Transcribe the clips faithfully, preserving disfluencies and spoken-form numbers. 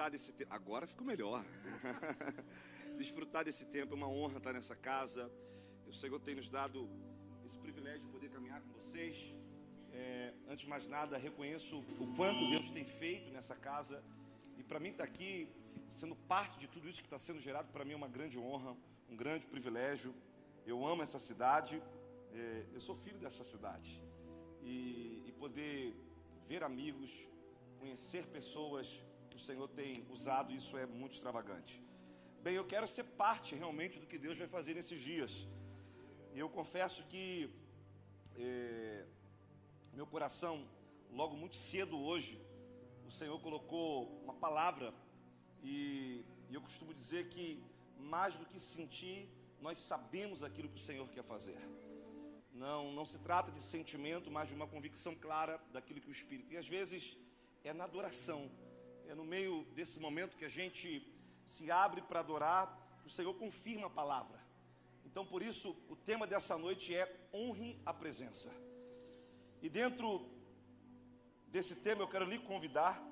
desfrutar desse tempo. Agora ficou melhor. Desfrutar desse tempo, é uma honra estar nessa casa. O Senhor tem nos dado esse privilégio de poder caminhar com vocês. É, antes de mais nada, reconheço o quanto Deus tem feito nessa casa. E para mim estar aqui, sendo parte de tudo isso que está sendo gerado, para mim é uma grande honra, um grande privilégio. Eu amo essa cidade, é, eu sou filho dessa cidade. E, e poder ver amigos, conhecer pessoas que o Senhor tem usado, isso é muito extravagante. Bem, eu quero ser parte realmente do que Deus vai fazer nesses dias. E eu confesso que é, meu coração, logo muito cedo hoje, o Senhor colocou uma palavra. E, e eu costumo dizer que mais do que sentir, nós sabemos aquilo que o Senhor quer fazer. Não, não se trata de sentimento, mas de uma convicção clara daquilo que o Espírito. E às vezes é na adoração, é no meio desse momento que a gente se abre para adorar, o Senhor confirma a palavra. Então por isso o tema dessa noite é honre a presença. E dentro desse tema eu quero lhe convidar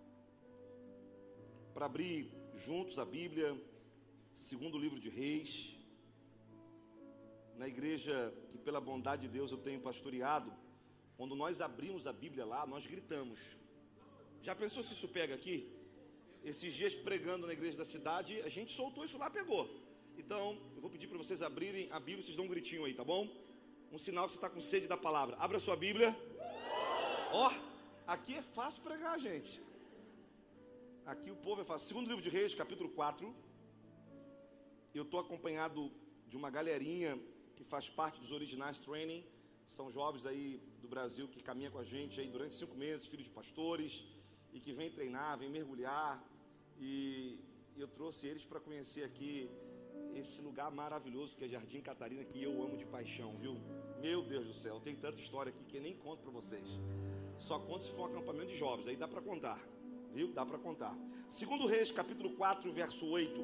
para abrir juntos a Bíblia, segundo livro de Reis. Na igreja que pela bondade de Deus eu tenho pastoreado, quando nós abrimos a Bíblia lá, nós gritamos. Já pensou se isso pega aqui? Esses dias pregando na igreja da cidade, a gente soltou isso lá, pegou. Então, eu vou pedir para vocês abrirem a Bíblia, vocês dão um gritinho aí, tá bom? Um sinal que você está com sede da palavra. Abra a sua Bíblia. Ó, oh, aqui é fácil pregar, gente. Aqui o povo é fácil. Segundo livro de Reis, capítulo quatro. Eu estou acompanhado de uma galerinha que faz parte dos Originais Training. São jovens aí do Brasil que caminham com a gente aí durante cinco meses, filhos de pastores, e que vêm treinar, vêm mergulhar. E eu trouxe eles para conhecer aqui esse lugar maravilhoso que é Jardim Catarina, que eu amo de paixão, viu? Meu Deus do céu, tem tanta história aqui que eu nem conto para vocês. Só conto se for um acampamento de jovens, aí dá para contar, viu? Dá para contar. Segundo Reis, capítulo quatro, verso oito.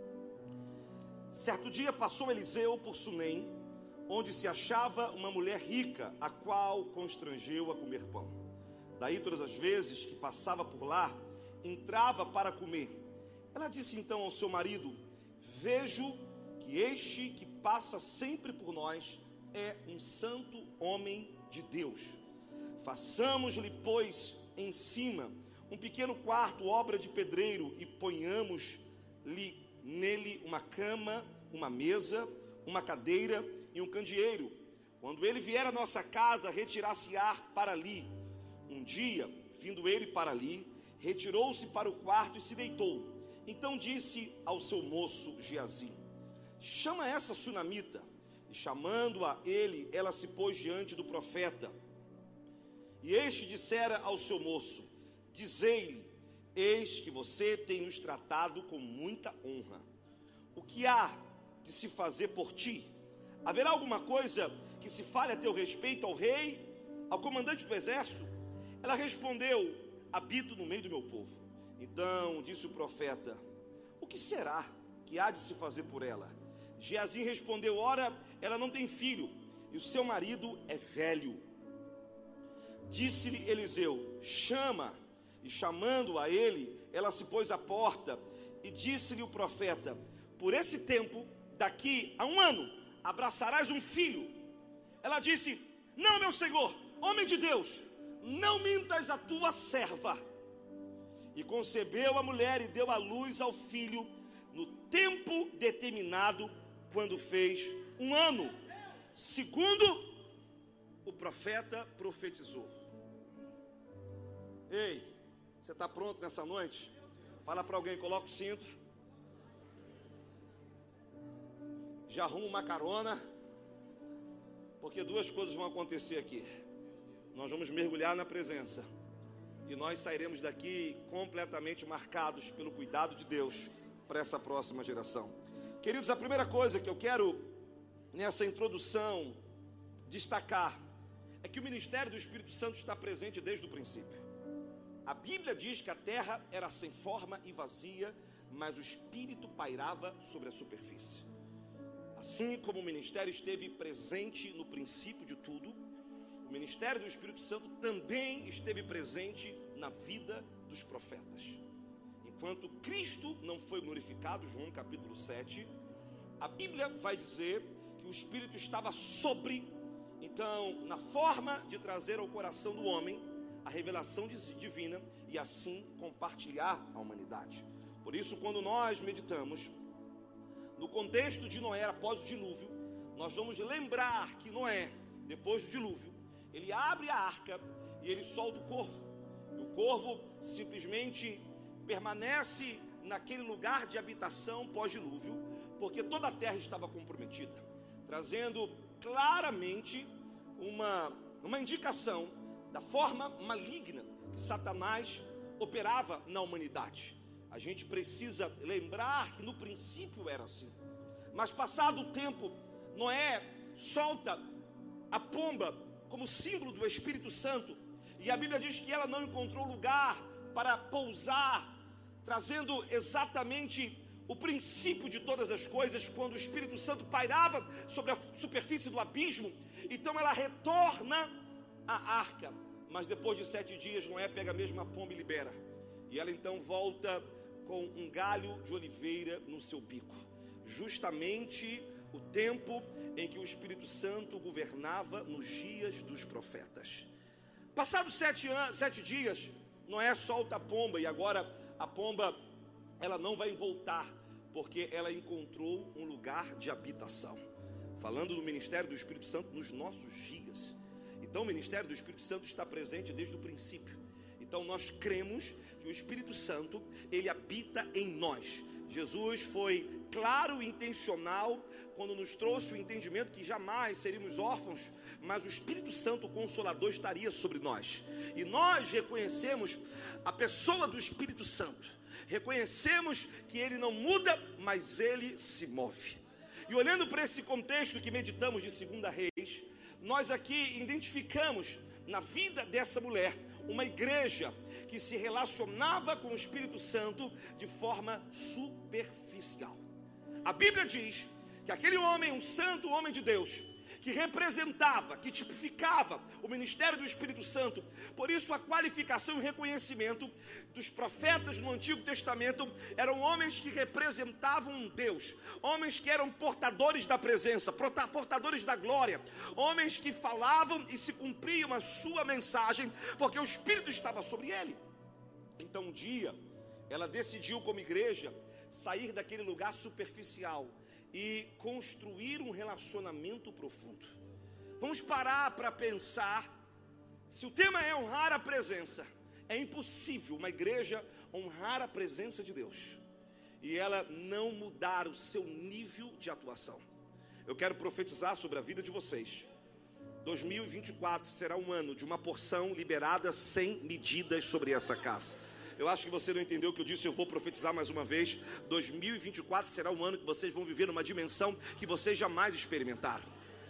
Certo dia passou Eliseu por Sunem, onde se achava uma mulher rica, a qual constrangeu a comer pão. Daí todas as vezes que passava por lá, entrava para comer. Ela disse então ao seu marido: vejo que este que passa sempre por nós é um santo homem de Deus. Façamos-lhe, pois, em cima um pequeno quarto, obra de pedreiro, e ponhamos-lhe nele uma cama, uma mesa, uma cadeira e um candeeiro. Quando ele vier à nossa casa, retirar-se-á para ali. Um dia, vindo ele para ali, retirou-se para o quarto e se deitou. Então disse ao seu moço Geazi: chama essa sunamita. E chamando-a ele, ela se pôs diante do profeta. E este dissera ao seu moço: dizei-lhe, eis que você tem nos tratado com muita honra. O que há de se fazer por ti? Haverá alguma coisa que se fale a teu respeito ao rei, ao comandante do exército? Ela respondeu: habito no meio do meu povo. Então disse o profeta: o que será que há de se fazer por ela? Geazi respondeu: ora, ela não tem filho, e o seu marido é velho. Disse-lhe Eliseu: chama. E chamando a ele, ela se pôs à porta. E disse-lhe o profeta: por esse tempo, daqui a um ano, abraçarás um filho. Ela disse: não, meu senhor, homem de Deus, não mintas a tua serva. E concebeu a mulher e deu à luz ao filho no tempo determinado, quando fez um ano, segundo o profeta profetizou. Ei, você está pronto nessa noite? Fala para alguém, coloca o cinto. Já arruma uma carona, porque duas coisas vão acontecer aqui. Nós vamos mergulhar na presença, e nós sairemos daqui completamente marcados pelo cuidado de Deus para essa próxima geração. Queridos, a primeira coisa que eu quero nessa introdução destacar é que o ministério do Espírito Santo está presente desde o princípio. A Bíblia diz que a terra era sem forma e vazia, mas o Espírito pairava sobre a superfície. Assim como o ministério esteve presente no princípio de tudo, o ministério do Espírito Santo também esteve presente na vida dos profetas. enquanto Cristo não foi glorificado, João capítulo sete, a Bíblia vai dizer que o Espírito estava sobre, então, na forma de trazer ao coração do homem a revelação divina e assim compartilhar a humanidade. Por isso, quando nós meditamos no contexto de Noé após o dilúvio, nós vamos lembrar que Noé, depois do dilúvio, ele abre a arca e ele solta o corvo. E o corvo simplesmente permanece naquele lugar de habitação pós-dilúvio, porque toda a terra estava comprometida, trazendo claramente uma, uma indicação da forma maligna que Satanás operava na humanidade. A gente precisa lembrar que no princípio era assim, mas passado o tempo, Noé solta a pomba como símbolo do Espírito Santo, e a Bíblia diz que ela não encontrou lugar para pousar, trazendo exatamente o princípio de todas as coisas, quando o Espírito Santo pairava sobre a superfície do abismo. Então ela retorna à arca, mas depois de sete dias Noé pega a mesma pomba e libera, e ela então volta com um galho de oliveira no seu bico, justamente o tempo em que o Espírito Santo governava nos dias dos profetas. Passados sete, anos, sete dias, Noé solta a pomba, e agora a pomba, ela não vai voltar, porque ela encontrou um lugar de habitação. Falando do ministério do Espírito Santo nos nossos dias. Então o ministério do Espírito Santo está presente desde o princípio. Então nós cremos que o Espírito Santo, ele habita em nós. Jesus foi claro e intencional quando nos trouxe o entendimento que jamais seríamos órfãos, mas o Espírito Santo, o Consolador, estaria sobre nós. E nós reconhecemos a pessoa do Espírito Santo. Reconhecemos que ele não muda, mas ele se move. E olhando para esse contexto que meditamos de Segunda Reis, nós aqui identificamos na vida dessa mulher uma igreja que se relacionava com o Espírito Santo de forma superficial. A Bíblia diz que aquele homem, um santo homem de Deus, que representava, que tipificava o ministério do Espírito Santo. Por isso a qualificação e o reconhecimento dos profetas no Antigo Testamento eram homens que representavam um Deus, homens que eram portadores da presença, portadores da glória, homens que falavam e se cumpriam a sua mensagem, porque o Espírito estava sobre ele. Então um dia ela decidiu, como igreja, sair daquele lugar superficial e construir um relacionamento profundo. Vamos parar para pensar. Se o tema é honrar a presença, é impossível uma igreja honrar a presença de Deus e ela não mudar o seu nível de atuação. Eu quero profetizar sobre a vida de vocês. dois mil e vinte e quatro será um ano de uma porção liberada sem medidas sobre essa casa. Eu acho que você não entendeu o que eu disse, eu vou profetizar mais uma vez. dois mil e vinte e quatro será um ano que vocês vão viver numa dimensão que vocês jamais experimentaram.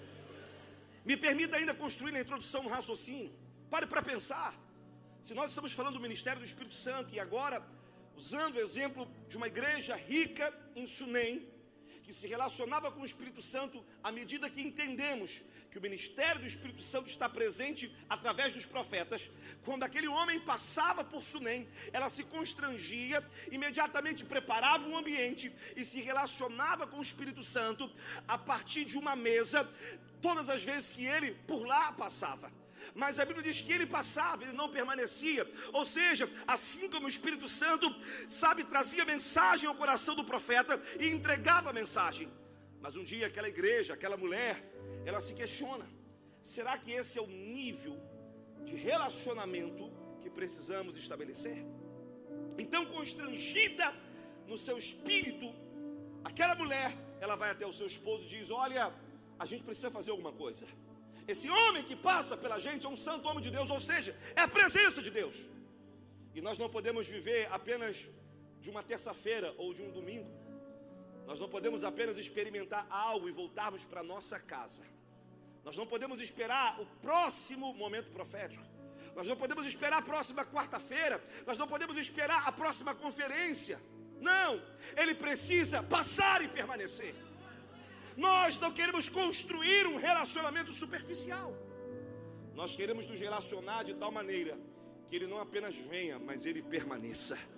Me permita ainda construir na introdução um raciocínio. Pare para pensar. Se nós estamos falando do ministério do Espírito Santo e agora usando o exemplo de uma igreja rica em Sunem, que se relacionava com o Espírito Santo, à medida que entendemos que o ministério do Espírito Santo está presente através dos profetas, quando aquele homem passava por Sunem, ela se constrangia, imediatamente preparava um ambiente e se relacionava com o Espírito Santo a partir de uma mesa, todas as vezes que ele por lá passava. Mas a Bíblia diz que ele passava, ele não permanecia. Ou seja, assim como o Espírito Santo, sabe, trazia mensagem ao coração do profeta e entregava a mensagem. Mas um dia aquela igreja, aquela mulher, ela se questiona: será que esse é o nível de relacionamento que precisamos estabelecer? Então, constrangida no seu espírito, aquela mulher, ela vai até o seu esposo e diz: olha, a gente precisa fazer alguma coisa. Esse homem que passa pela gente é um santo homem de Deus, ou seja, é a presença de Deus. E nós não podemos viver apenas de uma terça-feira ou de um domingo. Nós não podemos apenas experimentar algo e voltarmos para a nossa casa. Nós não podemos esperar o próximo momento profético. Nós não podemos esperar a próxima quarta-feira. Nós não podemos esperar a próxima conferência. Não, ele precisa passar e permanecer. Nós não queremos construir um relacionamento superficial. Nós queremos nos relacionar de tal maneira que ele não apenas venha, mas ele permaneça.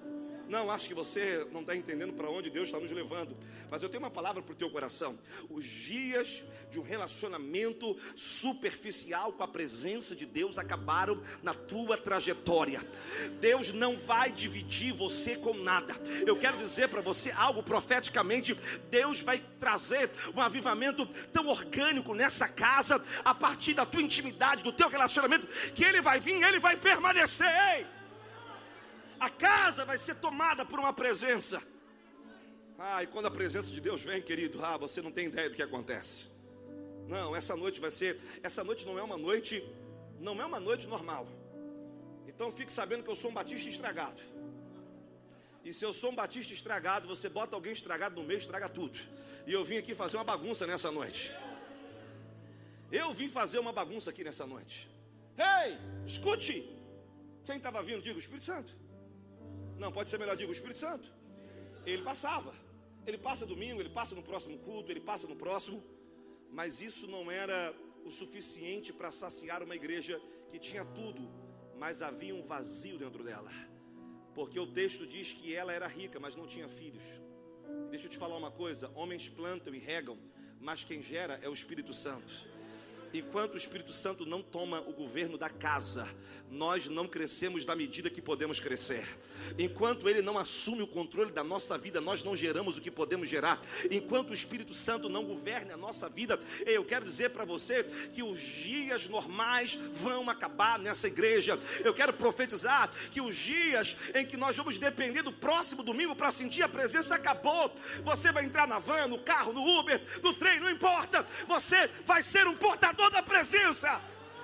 Não, acho que você não está entendendo para onde Deus está nos levando. Mas eu tenho uma palavra para o teu coração. Os dias de um relacionamento superficial com a presença de Deus acabaram na tua trajetória. Deus não vai dividir você com nada. Eu quero dizer para você algo profeticamente. Deus vai trazer um avivamento tão orgânico nessa casa, a partir da tua intimidade, do teu relacionamento, que Ele vai vir, Ele vai permanecer. Ei! A casa vai ser tomada por uma presença. Ah, e quando a presença de Deus vem, querido, ah, você não tem ideia do que acontece. Não, essa noite vai ser, essa noite não é uma noite, não é uma noite normal. Então fique sabendo que eu sou um batista estragado. E se eu sou um batista estragado, você bota alguém estragado no meio, estraga tudo. E eu vim aqui fazer uma bagunça nessa noite. Eu vim fazer uma bagunça aqui nessa noite. Ei, escute. Quem estava vindo, diga o Espírito Santo. Não, pode ser melhor, diga o Espírito Santo. Ele passava. Ele passa domingo, ele passa no próximo culto, ele passa no próximo. Mas isso não era o suficiente para saciar uma igreja que tinha tudo, mas havia um vazio dentro dela. Porque o texto diz que ela era rica, mas não tinha filhos. Deixa eu te falar uma coisa: homens plantam e regam, mas quem gera é o Espírito Santo. Enquanto o Espírito Santo não toma o governo da casa, nós não crescemos da medida que podemos crescer. Enquanto Ele não assume o controle da nossa vida, nós não geramos o que podemos gerar. Enquanto o Espírito Santo não governe a nossa vida, eu quero dizer para você que os dias normais vão acabar nessa igreja. Eu quero profetizar que os dias em que nós vamos depender do próximo domingo para sentir a presença acabou. Você vai entrar na van, no carro, no Uber, no trem, não importa. Você vai ser um portador da presença.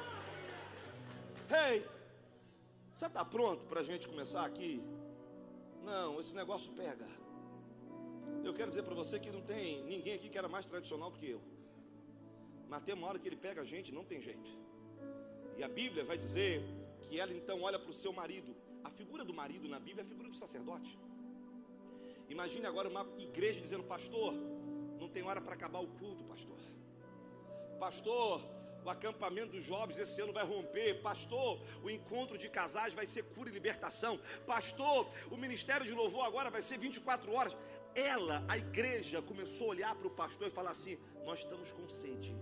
Ei, hey, você está pronto para a gente começar aqui? Não, esse negócio pega. Eu quero dizer para você que não tem ninguém aqui que era mais tradicional do que eu. Mas tem uma hora que ele pega a gente, não tem jeito. E a Bíblia vai dizer que ela então olha para o seu marido. A figura do marido na Bíblia é a figura do sacerdote. Imagine agora uma igreja dizendo: pastor, não tem hora para acabar o culto, pastor. Pastor, o acampamento dos jovens esse ano vai romper. Pastor, o encontro de casais vai ser cura e libertação. Pastor, o ministério de louvor agora vai ser vinte e quatro horas. Ela, a igreja, começou a olhar para o pastor e falar assim: nós estamos com sede.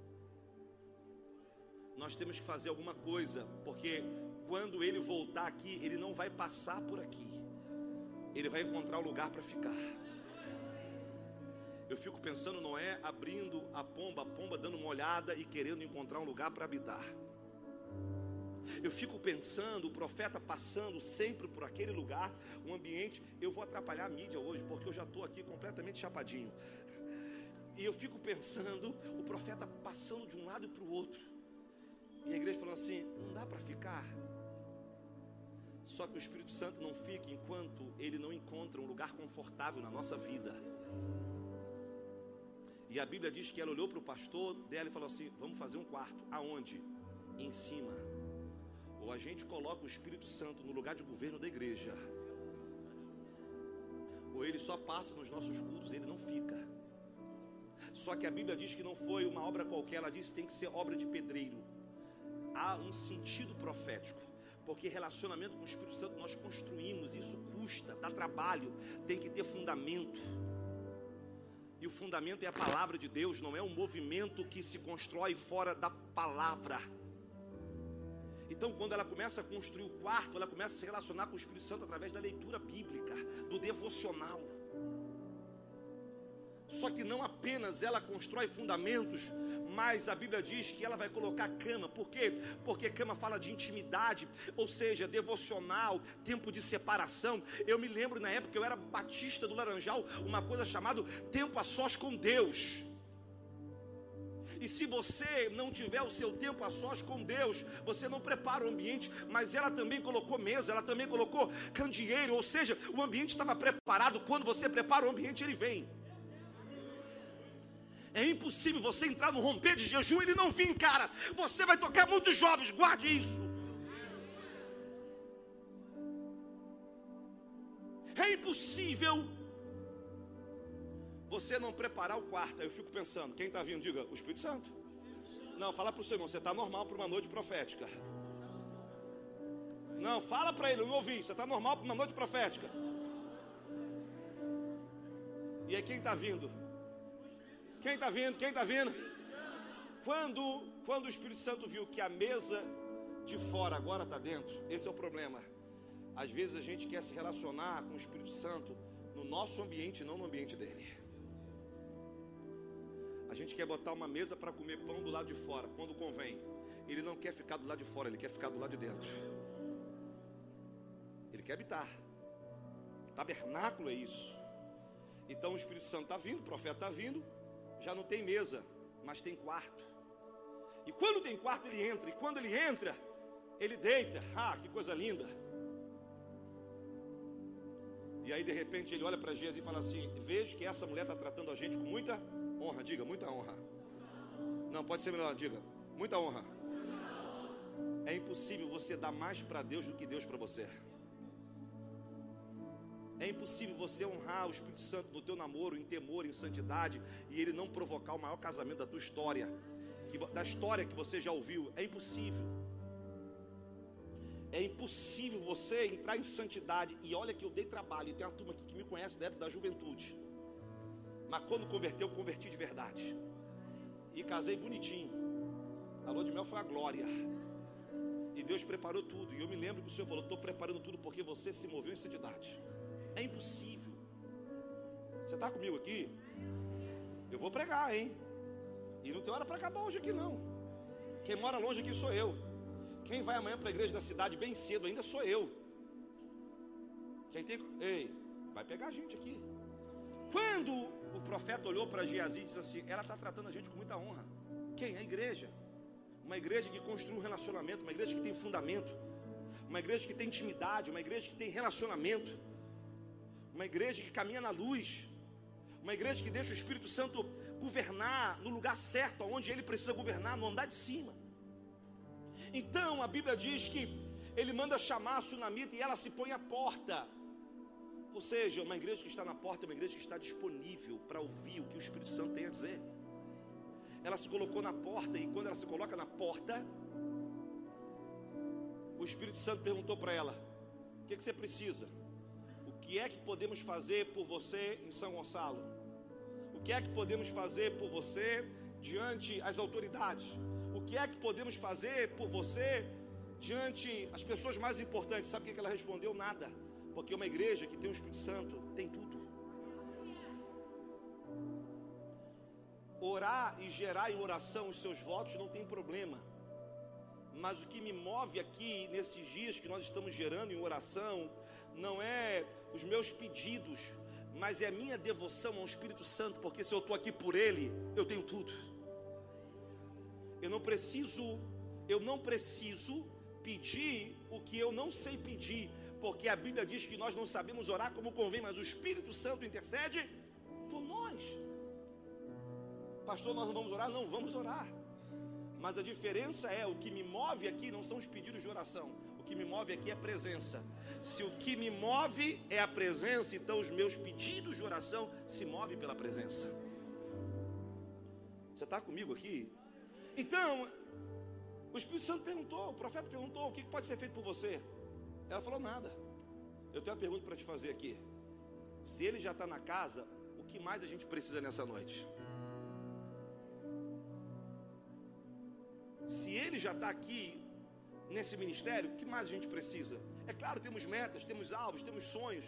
Nós temos que fazer alguma coisa, porque quando ele voltar aqui, ele não vai passar por aqui. Ele vai encontrar um lugar para ficar. Eu fico pensando Noé abrindo a pomba, a pomba dando uma olhada e querendo encontrar um lugar para habitar. Eu fico pensando o profeta passando sempre por aquele lugar, um ambiente. Eu vou atrapalhar a mídia hoje, porque eu já estou aqui completamente chapadinho. E eu fico pensando o profeta passando de um lado e para o outro. E a igreja falando assim: não dá para ficar. Só que o Espírito Santo não fica enquanto ele não encontra um lugar confortável na nossa vida. E a Bíblia diz que ela olhou para o pastor dela e falou assim: vamos fazer um quarto. Aonde? Em cima. Ou a gente coloca o Espírito Santo no lugar de governo da igreja, ou ele só passa nos nossos cultos, ele não fica. Só que a Bíblia diz que não foi uma obra qualquer. Ela diz que tem que ser obra de pedreiro. Há um sentido profético, porque relacionamento com o Espírito Santo nós construímos. Isso custa, dá trabalho, tem que ter fundamento. E o fundamento é a palavra de Deus, não é um movimento que se constrói fora da palavra. Então, quando ela começa a construir o quarto, ela começa a se relacionar com o Espírito Santo através da leitura bíblica, do devocional. Só que não apenas ela constrói fundamentos, mas a Bíblia diz que ela vai colocar cama. Por quê? Porque cama fala de intimidade, ou seja, devocional, tempo de separação. Eu me lembro na época que eu era batista do Laranjal, uma coisa chamada tempo a sós com Deus. E se você não tiver o seu tempo a sós com Deus, você não prepara o ambiente. Mas ela também colocou mesa, ela também colocou candeeiro, ou seja, o ambiente estava preparado. Quando você prepara o ambiente, ele vem. É impossível você entrar no romper de jejum e ele não vir, cara. Você vai tocar muitos jovens, guarde isso. É impossível você não preparar o quarto. Aí eu fico pensando, quem está vindo, diga, o Espírito Santo. Não, fala para o seu irmão, você está normal para uma noite profética. Não, fala para ele, eu não ouvi, você está normal para uma noite profética. E aí quem está vindo? Quem está vindo? Quem está vindo? Quando, quando o Espírito Santo viu que a mesa de fora agora está dentro, esse é o problema. Às vezes a gente quer se relacionar com o Espírito Santo no nosso ambiente, não no ambiente dele. A gente quer botar uma mesa para comer pão do lado de fora, quando convém. Ele não quer ficar do lado de fora, ele quer ficar do lado de dentro. Ele quer habitar. Tabernáculo é isso. Então o Espírito Santo está vindo, o profeta está vindo. Já não tem mesa, mas tem quarto. E quando tem quarto ele entra. E quando ele entra, ele deita. Ah, que coisa linda. E aí de repente ele olha para Geazi e fala assim: vejo que essa mulher está tratando a gente com muita honra. Diga, muita honra. Não, pode ser melhor, diga, muita honra. É impossível você dar mais para Deus do que Deus para você. É impossível você honrar o Espírito Santo no teu namoro, em temor, em santidade, e ele não provocar o maior casamento da tua história, que, da história que você já ouviu. É impossível. É impossível você entrar em santidade. E olha que eu dei trabalho, e tem uma turma aqui que me conhece da época da juventude. Mas quando converteu, eu converti de verdade. E casei bonitinho. A lua de mel foi a glória. E Deus preparou tudo. E eu me lembro que o Senhor falou: estou preparando tudo porque você se moveu em santidade. É impossível. Você está comigo aqui? Eu vou pregar, hein? E não tem hora para acabar hoje aqui não. Quem mora longe aqui sou eu. Quem vai amanhã para a igreja da cidade bem cedo ainda sou eu. Quem tem... Ei, vai pegar a gente aqui. Quando o profeta olhou para Geazi e disse assim: ela está tratando a gente com muita honra. Quem? A igreja. Uma igreja que construiu um relacionamento, uma igreja que tem fundamento, uma igreja que tem intimidade, uma igreja que tem relacionamento, uma igreja que caminha na luz, uma igreja que deixa o Espírito Santo governar no lugar certo, onde ele precisa governar, no andar de cima. Então a Bíblia diz que ele manda chamar a sunamita e ela se põe à porta. Ou seja, uma igreja que está na porta é uma igreja que está disponível para ouvir o que o Espírito Santo tem a dizer. Ela se colocou na porta, e quando ela se coloca na porta, o Espírito Santo perguntou para ela: o que, que você precisa? O que é que podemos fazer por você em São Gonçalo? O que é que podemos fazer por você diante as autoridades? O que é que podemos fazer por você diante as pessoas mais importantes? Sabe o que ela respondeu? Nada. Porque uma igreja que tem o Espírito Santo tem tudo. Orar e gerar em oração os seus votos não tem problema. Mas o que me move aqui nesses dias que nós estamos gerando em oração não é os meus pedidos, mas é a minha devoção ao Espírito Santo. Porque se eu estou aqui por Ele, eu tenho tudo. Eu não preciso, eu não preciso pedir o que eu não sei pedir, porque a Bíblia diz que nós não sabemos orar como convém, mas o Espírito Santo intercede por nós. Pastor, nós não vamos orar? Não, vamos orar. Mas a diferença é, o que me move aqui não são os pedidos de oração. O que me move aqui é a presença. Se o que me move é a presença, então os meus pedidos de oração se movem pela presença. Você está comigo aqui? Então, o Espírito Santo perguntou, o profeta perguntou: o que pode ser feito por você? Ela falou: nada. Eu tenho uma pergunta para te fazer aqui. Se ele já está na casa, o que mais a gente precisa nessa noite? Se ele já está aqui nesse ministério, o que mais a gente precisa? É claro, temos metas, temos alvos, temos sonhos,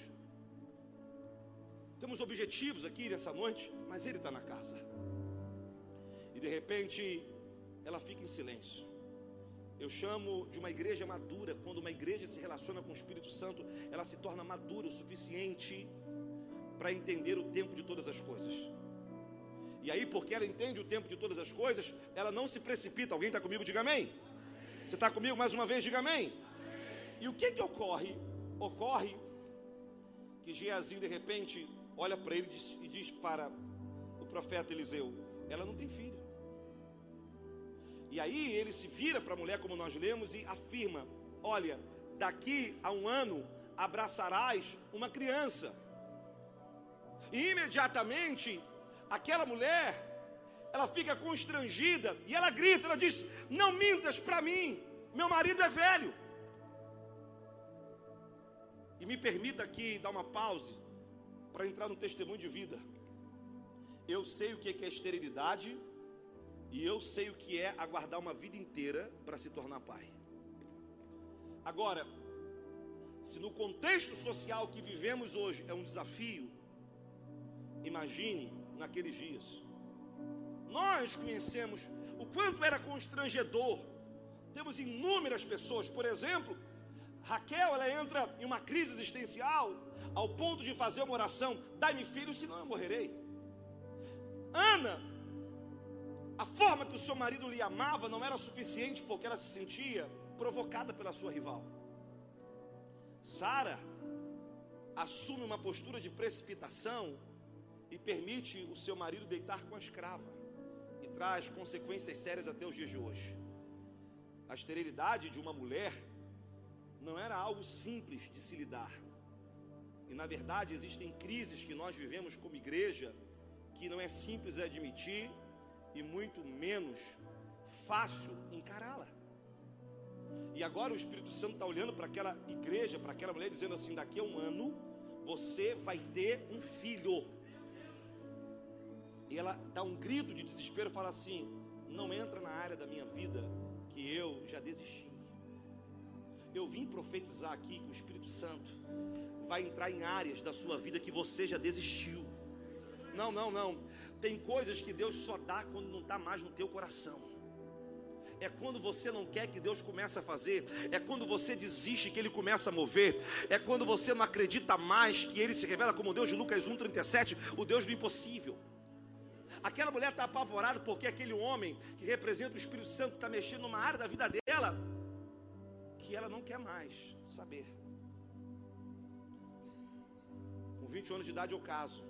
temos objetivos aqui nessa noite, mas ele está na casa. E de repente ela fica em silêncio. Eu chamo de uma igreja madura. Quando uma igreja se relaciona com o Espírito Santo, ela se torna madura o suficiente para entender o tempo de todas as coisas. E aí, porque ela entende o tempo de todas as coisas, ela não se precipita. Alguém está comigo? Diga amém. Você está comigo mais uma vez? Diga amém. E o que que ocorre? Ocorre que Geazi de repente olha para ele e diz, e diz para o profeta Eliseu: ela não tem filho. E aí ele se vira para a mulher, como nós lemos, e afirma: olha, daqui a um ano abraçarás uma criança. E imediatamente aquela mulher, ela fica constrangida e ela grita, ela diz: não mintas para mim, meu marido é velho. E me permita aqui dar uma pausa para entrar no testemunho de vida. Eu sei o que é esterilidade e eu sei o que é aguardar uma vida inteira para se tornar pai. Agora, se no contexto social que vivemos hoje é um desafio, imagine naqueles dias. Nós conhecemos o quanto era constrangedor. Temos inúmeras pessoas, por exemplo, Raquel, ela entra em uma crise existencial ao ponto de fazer uma oração: dai-me filho, senão eu morrerei. Ana, a forma que o seu marido lhe amava não era suficiente porque ela se sentia provocada pela sua rival. Sara assume uma postura de precipitação e permite o seu marido deitar com a escrava, e traz consequências sérias até os dias de hoje. A esterilidade de uma mulher não era algo simples de se lidar, e na verdade existem crises que nós vivemos como igreja que não é simples admitir e muito menos fácil encará-la. E agora o Espírito Santo está olhando para aquela igreja, para aquela mulher, dizendo assim: daqui a um ano você vai ter um filho. E ela dá um grito de desespero e fala assim: não entra na área da minha vida que eu já desisti. Eu vim profetizar aqui que o Espírito Santo vai entrar em áreas da sua vida que você já desistiu. Não, não, não. Tem coisas que Deus só dá quando não está mais no teu coração. É quando você não quer que Deus comece a fazer. É quando você desiste que Ele começa a mover. É quando você não acredita mais que Ele se revela como Deus de Lucas um, trinta e sete, o Deus do impossível. Aquela mulher está apavorada porque aquele homem que representa o Espírito Santo está mexendo numa área da vida dela que ela não quer mais saber. Com vinte anos de idade eu caso.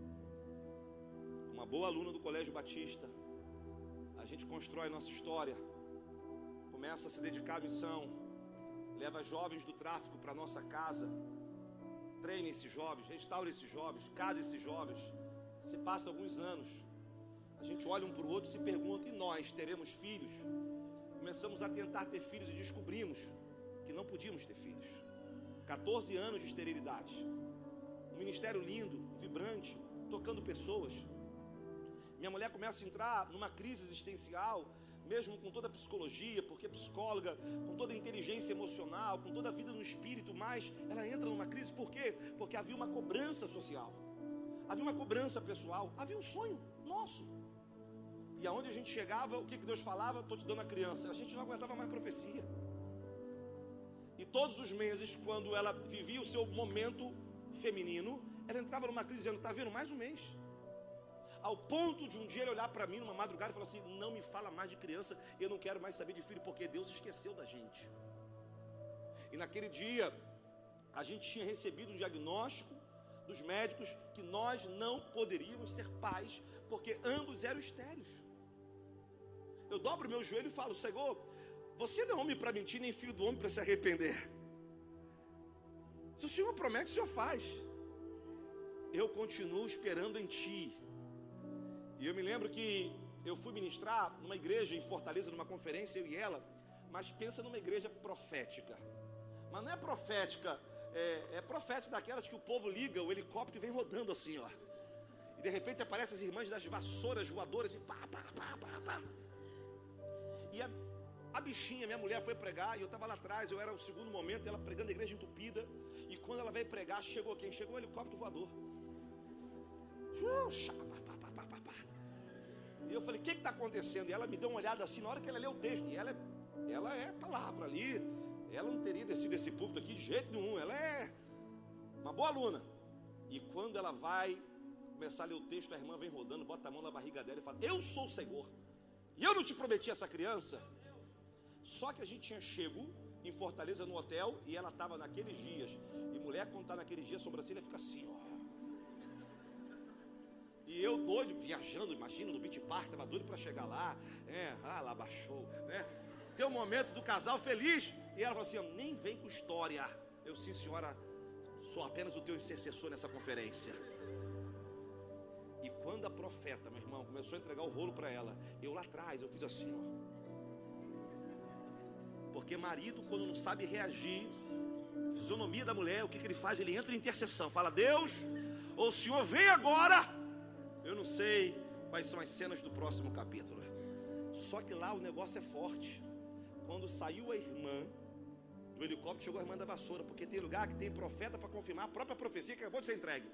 Uma boa aluna do Colégio Batista. A gente constrói nossa história. Começa a se dedicar à missão. Leva jovens do tráfico para nossa casa. Treina esses jovens, restaura esses jovens, casa esses jovens. Se passa alguns anos. A gente olha um para o outro e se pergunta: e nós teremos filhos? Começamos a tentar ter filhos e descobrimos que não podíamos ter filhos. catorze anos de esterilidade. Um ministério lindo, vibrante, tocando pessoas. Minha mulher começa a entrar numa crise existencial, mesmo com toda a psicologia, porque é psicóloga, com toda a inteligência emocional, com toda a vida no espírito, mas ela entra numa crise. Por quê? Porque havia uma cobrança social, havia uma cobrança pessoal, havia um sonho nosso. E aonde a gente chegava, o que, que Deus falava? Estou te dando a criança. A gente não aguentava mais profecia. E todos os meses, quando ela vivia o seu momento feminino, ela entrava numa crise dizendo: está vendo, mais um mês. Ao ponto de um dia ele olhar para mim numa madrugada e falar assim: não me fala mais de criança, eu não quero mais saber de filho, porque Deus esqueceu da gente. E naquele dia a gente tinha recebido um diagnóstico dos médicos que nós não poderíamos ser pais, porque ambos eram estéreis. Eu dobro meu joelho e falo: Senhor, você não é homem para mentir, nem filho do homem para se arrepender. Se o Senhor promete, o Senhor faz. Eu continuo esperando em Ti. E eu me lembro que eu fui ministrar numa igreja em Fortaleza, numa conferência, eu e ela. Mas pensa numa igreja profética. Mas não é profética, é, é profética daquelas que o povo liga o helicóptero e vem rodando assim, ó. E de repente aparecem as irmãs das vassouras voadoras e pá, pá, pá, pá, pá. E a, a bichinha, minha mulher, foi pregar, e eu estava lá atrás, eu era o segundo momento, ela pregando a igreja entupida. E quando ela veio pregar, chegou quem? Chegou um helicóptero voador. Uh, pá, pá, pá, pá, pá. E eu falei: o que está acontecendo? E ela me deu uma olhada assim, na hora que ela leu o texto. E ela é, ela é palavra ali. Ela não teria descido esse púlpito aqui de jeito nenhum. Ela é uma boa aluna. E quando ela vai começar a ler o texto, a irmã vem rodando, bota a mão na barriga dela e fala: eu sou o Senhor, e eu não te prometi essa criança. Só que a gente tinha chego em Fortaleza no hotel, e ela estava naqueles dias. E mulher, quando está naqueles dias, a sobrancelha fica assim, ó. E eu doido, viajando, imagina, no Beach Park, estava doido para chegar lá. É, ah, lá baixou, né? Tem um momento do casal feliz. E ela falou assim: nem vem com história. Eu, sim senhora, sou apenas o teu intercessor nessa conferência. E quando a profeta, meu irmão, começou a entregar o rolo para ela, eu lá atrás, eu fiz assim, ó. Porque marido, quando não sabe reagir, a fisionomia da mulher, o que, que ele faz? Ele entra em intercessão, fala: Deus, ou o Senhor vem agora, Eu não sei quais são as cenas do próximo capítulo. Só que lá o negócio é forte. Quando saiu a irmã do helicóptero, chegou a irmã da vassoura, porque tem lugar que tem profeta para confirmar a própria profecia que acabou de ser entregue.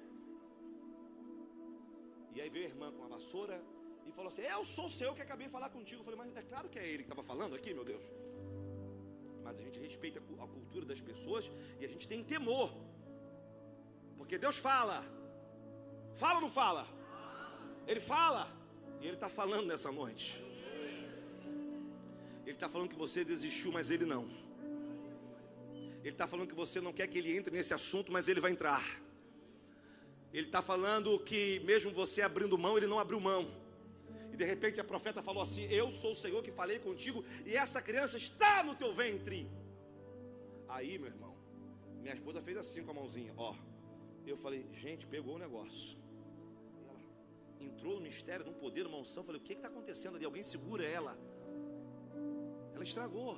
E aí veio a irmã com a vassoura e falou assim: eu sou o Senhor que acabei de falar contigo. Eu falei: mas é claro que é ele que estava falando aqui, meu Deus. Mas a gente respeita a cultura das pessoas e a gente tem temor, porque Deus fala. Fala ou não fala? Ele fala. E Ele está falando nessa noite. Ele está falando que você desistiu, mas Ele não. Ele está falando que você não quer que Ele entre nesse assunto, mas Ele vai entrar. Ele está falando que mesmo você abrindo mão, Ele não abriu mão. E de repente a profeta falou assim: eu sou o Senhor que falei contigo, e essa criança está no teu ventre. Aí, meu irmão, minha esposa fez assim com a mãozinha, ó. Eu falei: gente, pegou o negócio. E ela entrou no mistério, num poder, numa unção. Eu falei: o que está acontecendo ali? Alguém segura ela. Ela estragou.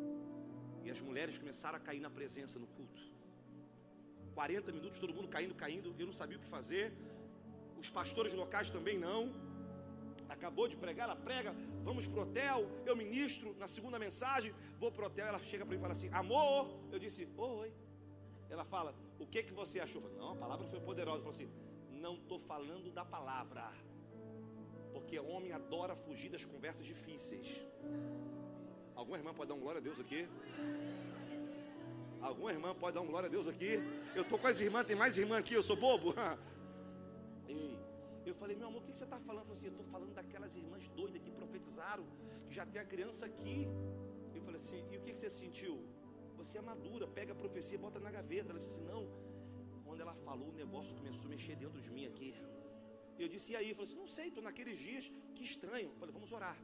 E as mulheres começaram a cair na presença no culto. quarenta minutos, todo mundo caindo, caindo. Eu não sabia o que fazer. Os pastores locais também não. Acabou de pregar, ela prega. Vamos pro hotel, eu ministro. Na segunda mensagem, vou pro hotel. Ela chega para mim e fala assim: amor. Eu disse: oi. Ela fala: o que que você achou? Eu falei: não, a palavra foi poderosa. Ela falou assim: não estou falando da palavra, porque o homem adora fugir das conversas difíceis. Alguma irmã pode dar um glória a Deus aqui? Alguma irmã pode dar um glória a Deus aqui? Eu estou com as irmãs, tem mais irmã aqui, eu sou bobo? Ei, eu falei: meu amor, o que você está falando? Ela falou assim: eu estou falando daquelas irmãs doidas que profetizaram, que já tem a criança aqui. Eu falei assim: e o que você sentiu? Você é madura, pega a profecia e bota na gaveta. Ela disse assim: não. Quando ela falou, o negócio começou a mexer dentro de mim aqui. Eu disse: e aí? Eu falei assim: não sei, estou naqueles dias, que estranho. Eu falei: vamos orar.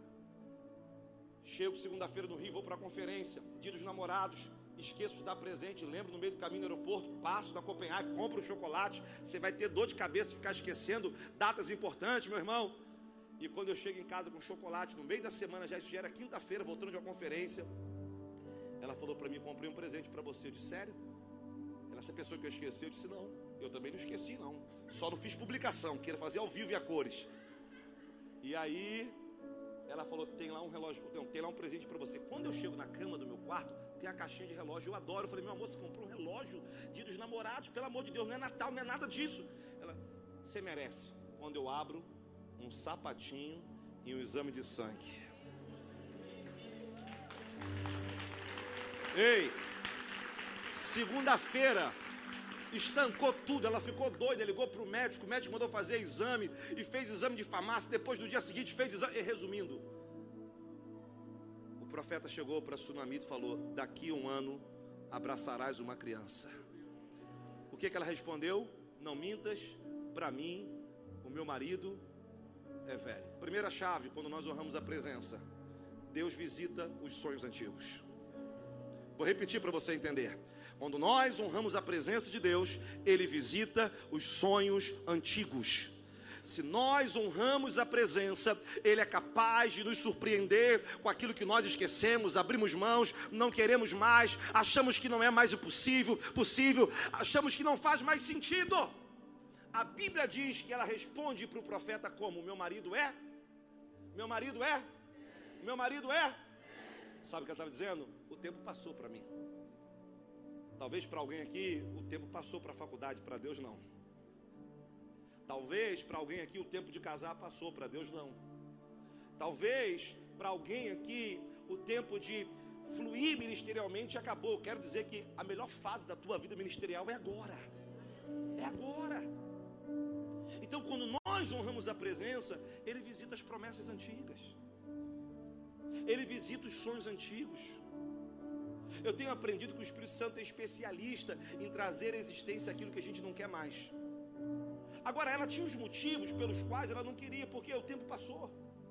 Chego segunda-feira no Rio, vou para a conferência, dia dos namorados, esqueço de dar presente, lembro no meio do caminho no aeroporto, passo na Copenhague, compro o chocolate. Você vai ter dor de cabeça ficar esquecendo datas importantes, meu irmão. E quando eu chego em casa com chocolate, no meio da semana, já isso já era quinta-feira, voltando de uma conferência, ela falou para mim: comprei um presente para você. Eu disse: sério? Ela: essa pessoa que eu esqueci. Eu disse: não, eu também não esqueci não, só não fiz publicação, queria fazer ao vivo e a cores. E aí ela falou: tem lá um relógio, não, tem lá um presente para você. Quando eu chego na cama do meu quarto, tem a caixinha de relógio, eu adoro. Eu falei: meu amor, você comprou um relógio dia dos namorados, pelo amor de Deus, não é Natal, não é nada disso. Ela: você merece. Quando eu abro, um sapatinho e um exame de sangue. Ei, segunda-feira estancou tudo, ela ficou doida, ligou para o médico, o médico mandou fazer exame, e fez exame de farmácia, depois no dia seguinte fez exame, e resumindo, o profeta chegou para Sunamita e falou: daqui a um ano abraçarás uma criança. O que que ela respondeu? Não mintas, para mim, o meu marido é velho. Primeira chave, quando nós honramos a presença: Deus visita os sonhos antigos. Vou repetir para você entender. Quando nós honramos a presença de Deus, Ele visita os sonhos antigos. Se nós honramos a presença, Ele é capaz de nos surpreender com aquilo que nós esquecemos, abrimos mãos, não queremos mais, achamos que não é mais o possível, possível, achamos que não faz mais sentido. A Bíblia diz que ela responde para o profeta como: meu marido é? Meu marido é? Meu marido é? Sabe o que ela estava dizendo? O tempo passou para mim. Talvez para alguém aqui o tempo passou para a faculdade, para Deus não. Talvez para alguém aqui o tempo de casar passou, para Deus não. Talvez para alguém aqui o tempo de fluir ministerialmente acabou. Quero dizer que a melhor fase da tua vida ministerial é agora. É agora. Então, quando nós honramos a presença, Ele visita as promessas antigas. Ele visita os sonhos antigos. Eu tenho aprendido que o Espírito Santo é especialista em trazer à existência aquilo que a gente não quer mais. Agora, ela tinha os motivos pelos quais ela não queria, porque o tempo passou.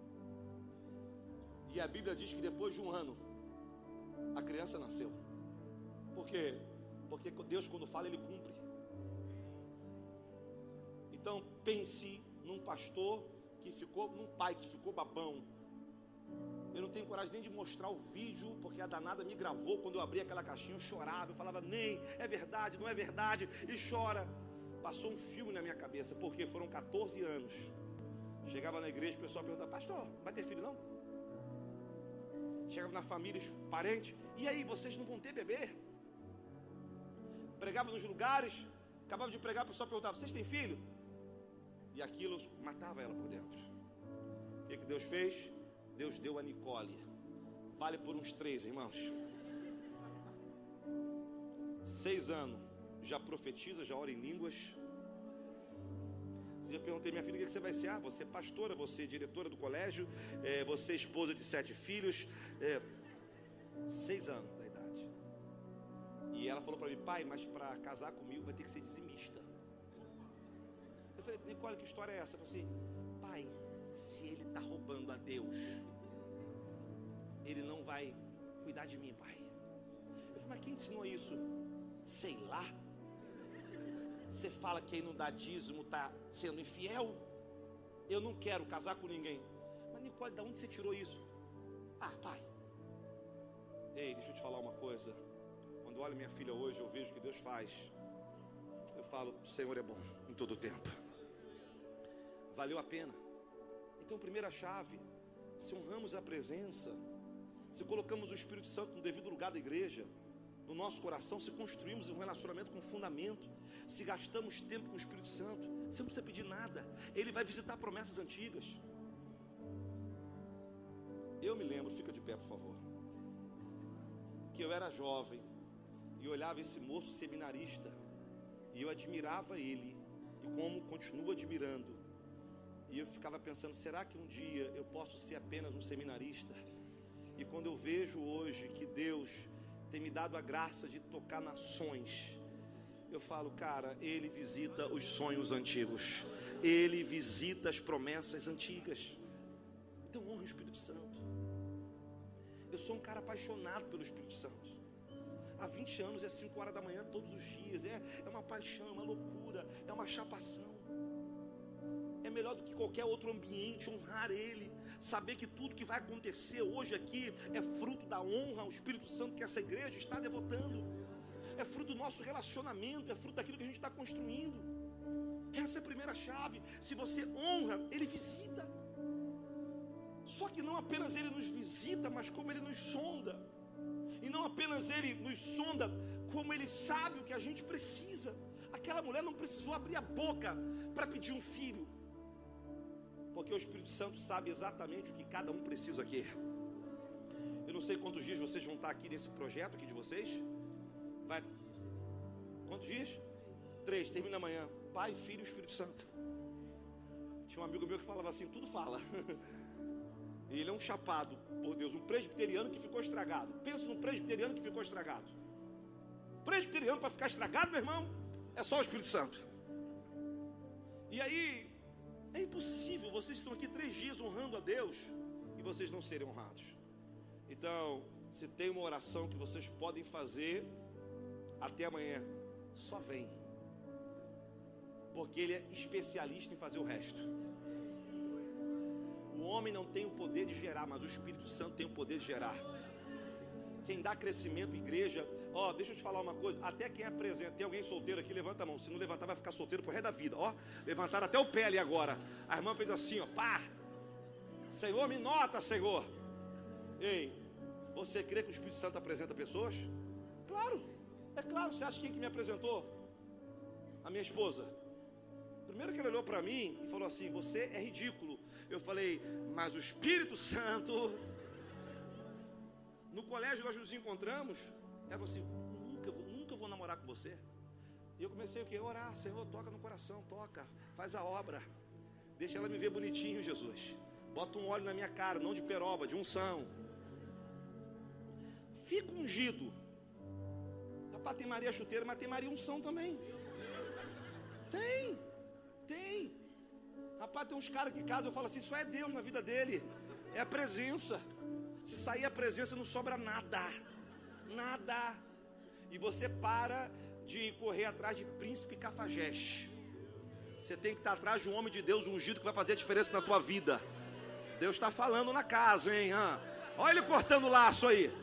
E a Bíblia diz que depois de um ano, a criança nasceu. Por quê? Porque Deus, quando fala, Ele cumpre. Então, pense num pastor que ficou, num pai que ficou babão. Eu não tenho coragem nem de mostrar o vídeo, porque a danada me gravou. Quando eu abri aquela caixinha, eu chorava, eu falava: nem, é verdade, não é verdade, e chora. Passou um filme na minha cabeça, porque foram quatorze anos Chegava na igreja, o pessoal perguntava: pastor, vai ter filho não? Chegava na família, parente: e aí, vocês não vão ter bebê? Pregava nos lugares, acabava de pregar, o pessoal perguntava: vocês têm filho? E aquilo matava ela por dentro. O que, que Deus fez? Deus deu a Nicole. Vale por uns três, irmãos. Seis anos, já profetiza, já ora em línguas. Eu perguntei: minha filha, o que você vai ser? Ah, você é pastora, você é diretora do colégio, é, você é esposa de sete filhos, é, seis anos da idade. E ela falou para mim: pai, mas para casar comigo vai ter que ser dizimista. Eu falei: Nicole, que história é essa? Eu falei assim: pai, se ele está roubando a Deus, ele não vai cuidar de mim, pai. Eu falei: mas quem te ensinou isso? Sei lá. Você fala que quem não dá dízimo está sendo infiel. Eu não quero casar com ninguém. Mas Nicole, de onde você tirou isso? Ah, pai. Ei, deixa eu te falar uma coisa. Quando eu olho minha filha hoje, eu vejo o que Deus faz. Eu falo: o Senhor é bom em todo o tempo. Valeu a pena. Então, primeira chave: se honramos a presença, se colocamos o Espírito Santo no devido lugar da igreja, no nosso coração, se construímos um relacionamento com fundamento, se gastamos tempo com o Espírito Santo, você não precisa pedir nada, Ele vai visitar promessas antigas. Eu me lembro, fica de pé por favor, que eu era jovem e olhava esse moço seminarista e eu admirava ele, e como continuo admirando, e eu ficava pensando: será que um dia eu posso ser apenas um seminarista? E quando eu vejo hoje que Deus tem me dado a graça de tocar nações, eu falo: cara, Ele visita os sonhos antigos, Ele visita as promessas antigas. Então honre o Espírito Santo. Eu sou um cara apaixonado pelo Espírito Santo. Há vinte anos é cinco horas da manhã todos os dias. É, é uma paixão, é uma loucura, é uma chapação. É melhor do que qualquer outro ambiente honrar Ele. Saber que tudo que vai acontecer hoje aqui é fruto da honra ao Espírito Santo que essa igreja está devotando. É fruto do nosso relacionamento, é fruto daquilo que a gente está construindo. Essa é a primeira chave. Se você honra, Ele visita. Só que não apenas Ele nos visita, mas como Ele nos sonda. E não apenas Ele nos sonda, como Ele sabe o que a gente precisa. Aquela mulher não precisou abrir a boca para pedir um filho, porque o Espírito Santo sabe exatamente o que cada um precisa aqui. Eu não sei quantos dias vocês vão estar aqui nesse projeto aqui de vocês. Vai. Quantos dias? Três, termina amanhã. Pai, Filho e Espírito Santo. Tinha um amigo meu que falava assim: tudo fala. E ele é um chapado por Deus, um presbiteriano que ficou estragado. Pensa num presbiteriano que ficou estragado. Presbiteriano para ficar estragado, meu irmão, é só o Espírito Santo. E aí, é impossível, vocês estão aqui três dias honrando a Deus e vocês não serem honrados. Então, se tem uma oração que vocês podem fazer até amanhã, só vem, porque Ele é especialista em fazer o resto. O homem não tem o poder de gerar, mas o Espírito Santo tem o poder de gerar. Quem dá crescimento, igreja, ó, oh, deixa eu te falar uma coisa, até quem apresenta, tem alguém solteiro aqui, levanta a mão. Se não levantar, vai ficar solteiro pro resto da vida. Ó, levantaram até o pé ali agora. A irmã fez assim, ó, pá. Senhor, me nota, Senhor. Ei, você crê que o Espírito Santo apresenta pessoas? Claro, é claro. Você acha quem que me apresentou? A minha esposa. Primeiro que ele olhou para mim e falou assim: você é ridículo. Eu falei: mas o Espírito Santo. No colégio nós nos encontramos. Ela falou assim: nunca vou, nunca vou namorar com você. E eu comecei o quê? Orar. Senhor, toca no coração, toca, faz a obra. Deixa ela me ver bonitinho, Jesus. Bota um óleo na minha cara, não de peroba, de unção. Fica ungido. Rapaz, tem Maria chuteira, mas tem Maria unção também. Tem, tem. Rapaz, tem uns caras que casam, eu falo assim: isso é Deus na vida dele. É a presença. Se sair a presença, não sobra nada. Nada. E você para de correr atrás de príncipe cafajeste. Você tem que estar atrás de um homem de Deus ungido que vai fazer a diferença na tua vida. Deus está falando na casa, hein? Hã? Olha ele cortando o laço aí.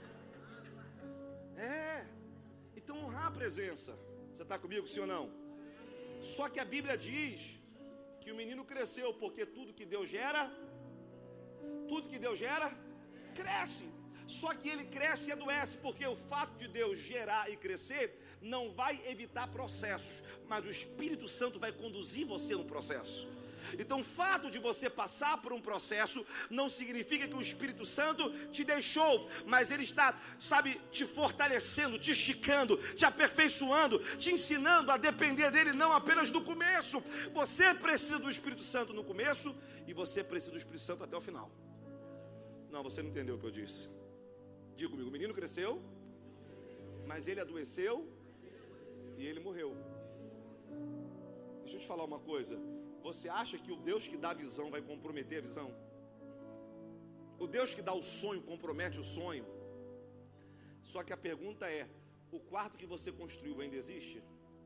É. Então honrar a presença. Você está comigo, sim ou não? Só que a Bíblia diz que que o menino cresceu, porque tudo que Deus gera, tudo que Deus gera, cresce. Só que ele cresce e adoece, porque o fato de Deus gerar e crescer não vai evitar processos, mas o Espírito Santo vai conduzir você no processo. Então o fato de você passar por um processo não significa que o Espírito Santo te deixou, mas ele está, sabe, te fortalecendo, te esticando, te aperfeiçoando, te ensinando a depender dele não apenas no começo. Você precisa do Espírito Santo no começo e você precisa do Espírito Santo até o final. Não, você não entendeu o que eu disse. Diga comigo, o menino cresceu, mas ele adoeceu e ele morreu. Deixa eu te falar uma coisa. Você acha que o Deus que dá a visão vai comprometer a visão? O Deus que dá o sonho compromete o sonho? Só que a pergunta é, o quarto que você construiu ainda existe?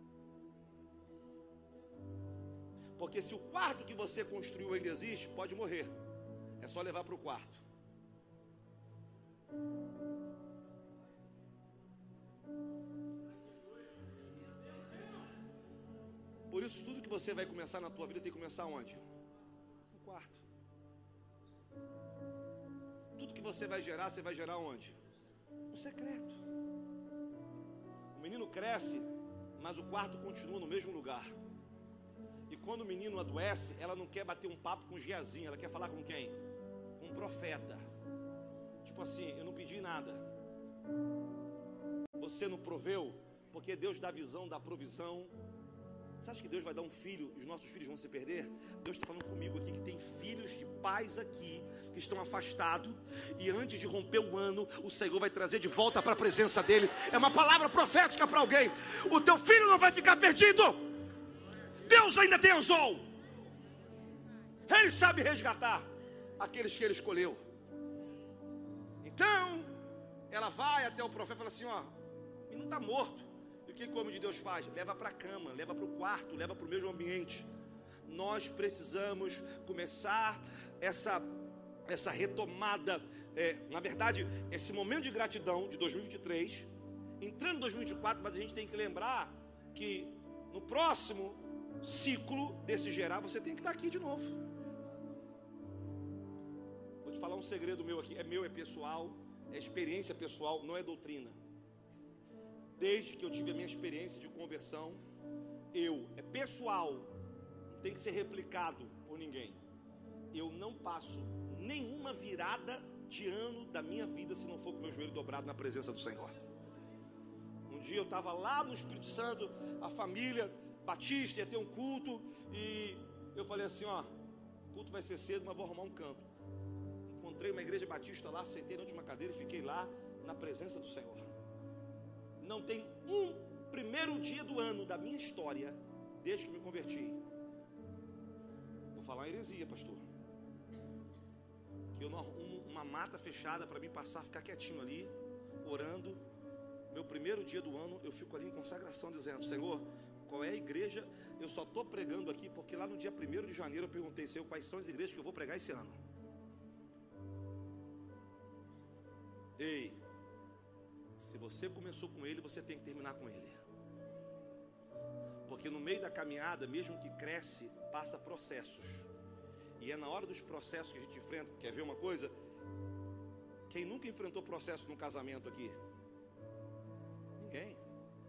Porque se o quarto que você construiu ainda existe, pode morrer. É só levar para o quarto. Por isso, tudo que você vai começar na tua vida tem que começar onde? No quarto. Tudo que você vai gerar, você vai gerar onde? No secreto. O menino cresce, mas o quarto continua no mesmo lugar. E quando o menino adoece, ela não quer bater um papo com o Geazinho, ela quer falar com quem? Com um profeta. Tipo assim, eu não pedi nada. Você não proveu, porque Deus dá visão, dá provisão. Você acha que Deus vai dar um filho e os nossos filhos vão se perder? Deus está falando comigo aqui que tem filhos de pais aqui que estão afastados, e antes de romper o ano, o Senhor vai trazer de volta para a presença dele. É uma palavra profética para alguém. O teu filho não vai ficar perdido. Deus ainda tem anzol. Ele sabe resgatar aqueles que ele escolheu. Então, ela vai até o profeta e fala assim, ó, ele não está morto. E o que o homem de Deus faz? Leva para a cama, leva para o quarto, leva para o mesmo ambiente. Nós precisamos começar essa, essa retomada, é, na verdade, esse momento de gratidão de dois mil e vinte e três, entrando em dois mil e vinte e quatro, mas a gente tem que lembrar que no próximo ciclo desse gerar, você tem que estar aqui de novo. Vou te falar um segredo meu aqui, é meu, é pessoal, é experiência pessoal, não é doutrina. Desde que eu tive a minha experiência de conversão, eu, é pessoal, não tem que ser replicado por ninguém. Eu não passo nenhuma virada de ano da minha vida se não for com o meu joelho dobrado na presença do Senhor. Um dia eu estava lá no Espírito Santo, a família batista ia ter um culto, e eu falei assim, ó, o culto vai ser cedo, mas vou arrumar um canto. Encontrei uma igreja batista lá, sentei na última cadeira e fiquei lá na presença do Senhor. Não tem um primeiro dia do ano da minha história, desde que me converti. Vou falar em heresia, pastor. Que eu não arrumo uma mata fechada para mim passar, ficar quietinho ali, orando. Meu primeiro dia do ano, eu fico ali em consagração, dizendo, Senhor, qual é a igreja? Eu só estou pregando aqui, porque lá no dia primeiro de janeiro eu perguntei, Senhor, quais são as igrejas que eu vou pregar esse ano? Ei, se você começou com ele, você tem que terminar com ele. Porque no meio da caminhada, mesmo que cresce, passa processos. E é na hora dos processos que a gente enfrenta. Quer ver uma coisa? Quem nunca enfrentou processo num casamento aqui? Ninguém.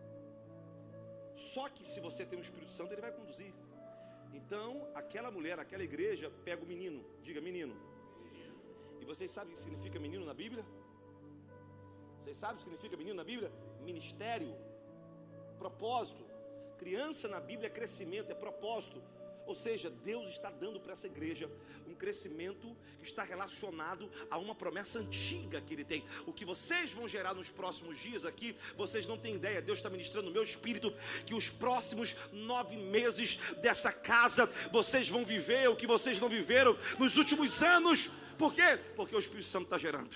Só que se você tem o Espírito Santo, ele vai conduzir. Então, aquela mulher, aquela igreja, pega o menino. Diga, menino. E vocês sabem o que significa menino na Bíblia? Vocês sabem o que significa menino na Bíblia? Ministério, propósito. Criança na Bíblia é crescimento, é propósito. Ou seja, Deus está dando para essa igreja um crescimento que está relacionado a uma promessa antiga que Ele tem. O que vocês vão gerar nos próximos dias aqui, vocês não têm ideia. Deus está ministrando no meu espírito que os próximos nove meses dessa casa, vocês vão viver o que vocês não viveram nos últimos anos. Por quê? Porque o Espírito Santo está gerando.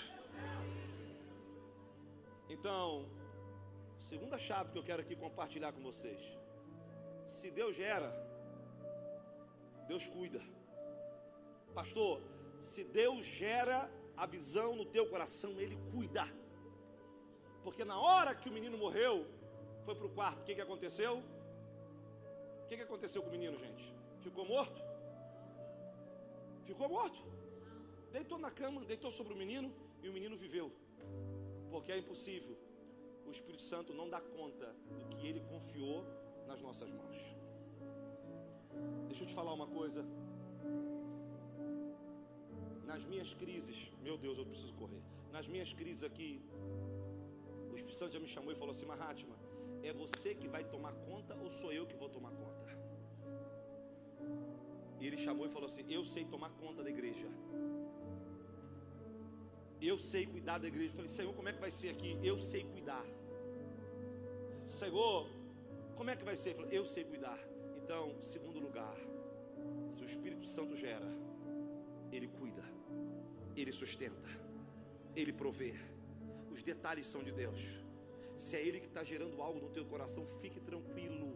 Então, segunda chave que eu quero aqui compartilhar com vocês. Se Deus gera, Deus cuida. Pastor, se Deus gera a visão no teu coração, Ele cuida. Porque na hora que o menino morreu, foi para o quarto, o que, que aconteceu? O que, que aconteceu com o menino, gente? Ficou morto? Ficou morto. Deitou na cama, deitou sobre o menino e o menino viveu. Porque é impossível o Espírito Santo não dá conta do que ele confiou nas nossas mãos. Deixa eu te falar uma coisa. Nas minhas crises, meu Deus, eu preciso correr. Nas minhas crises aqui, o Espírito Santo já me chamou e falou assim: Mahatma, é você que vai tomar conta ou sou eu que vou tomar conta? E ele chamou e falou assim: eu sei tomar conta da igreja. Eu sei cuidar da igreja. Eu falei: Senhor, como é que vai ser aqui? Eu sei cuidar. Senhor, como é que vai ser? Eu falei: eu sei cuidar. Então, segundo lugar, se o Espírito Santo gera, ele cuida, ele sustenta, ele provê. Os detalhes são de Deus. Se é ele que está gerando algo no teu coração, fique tranquilo.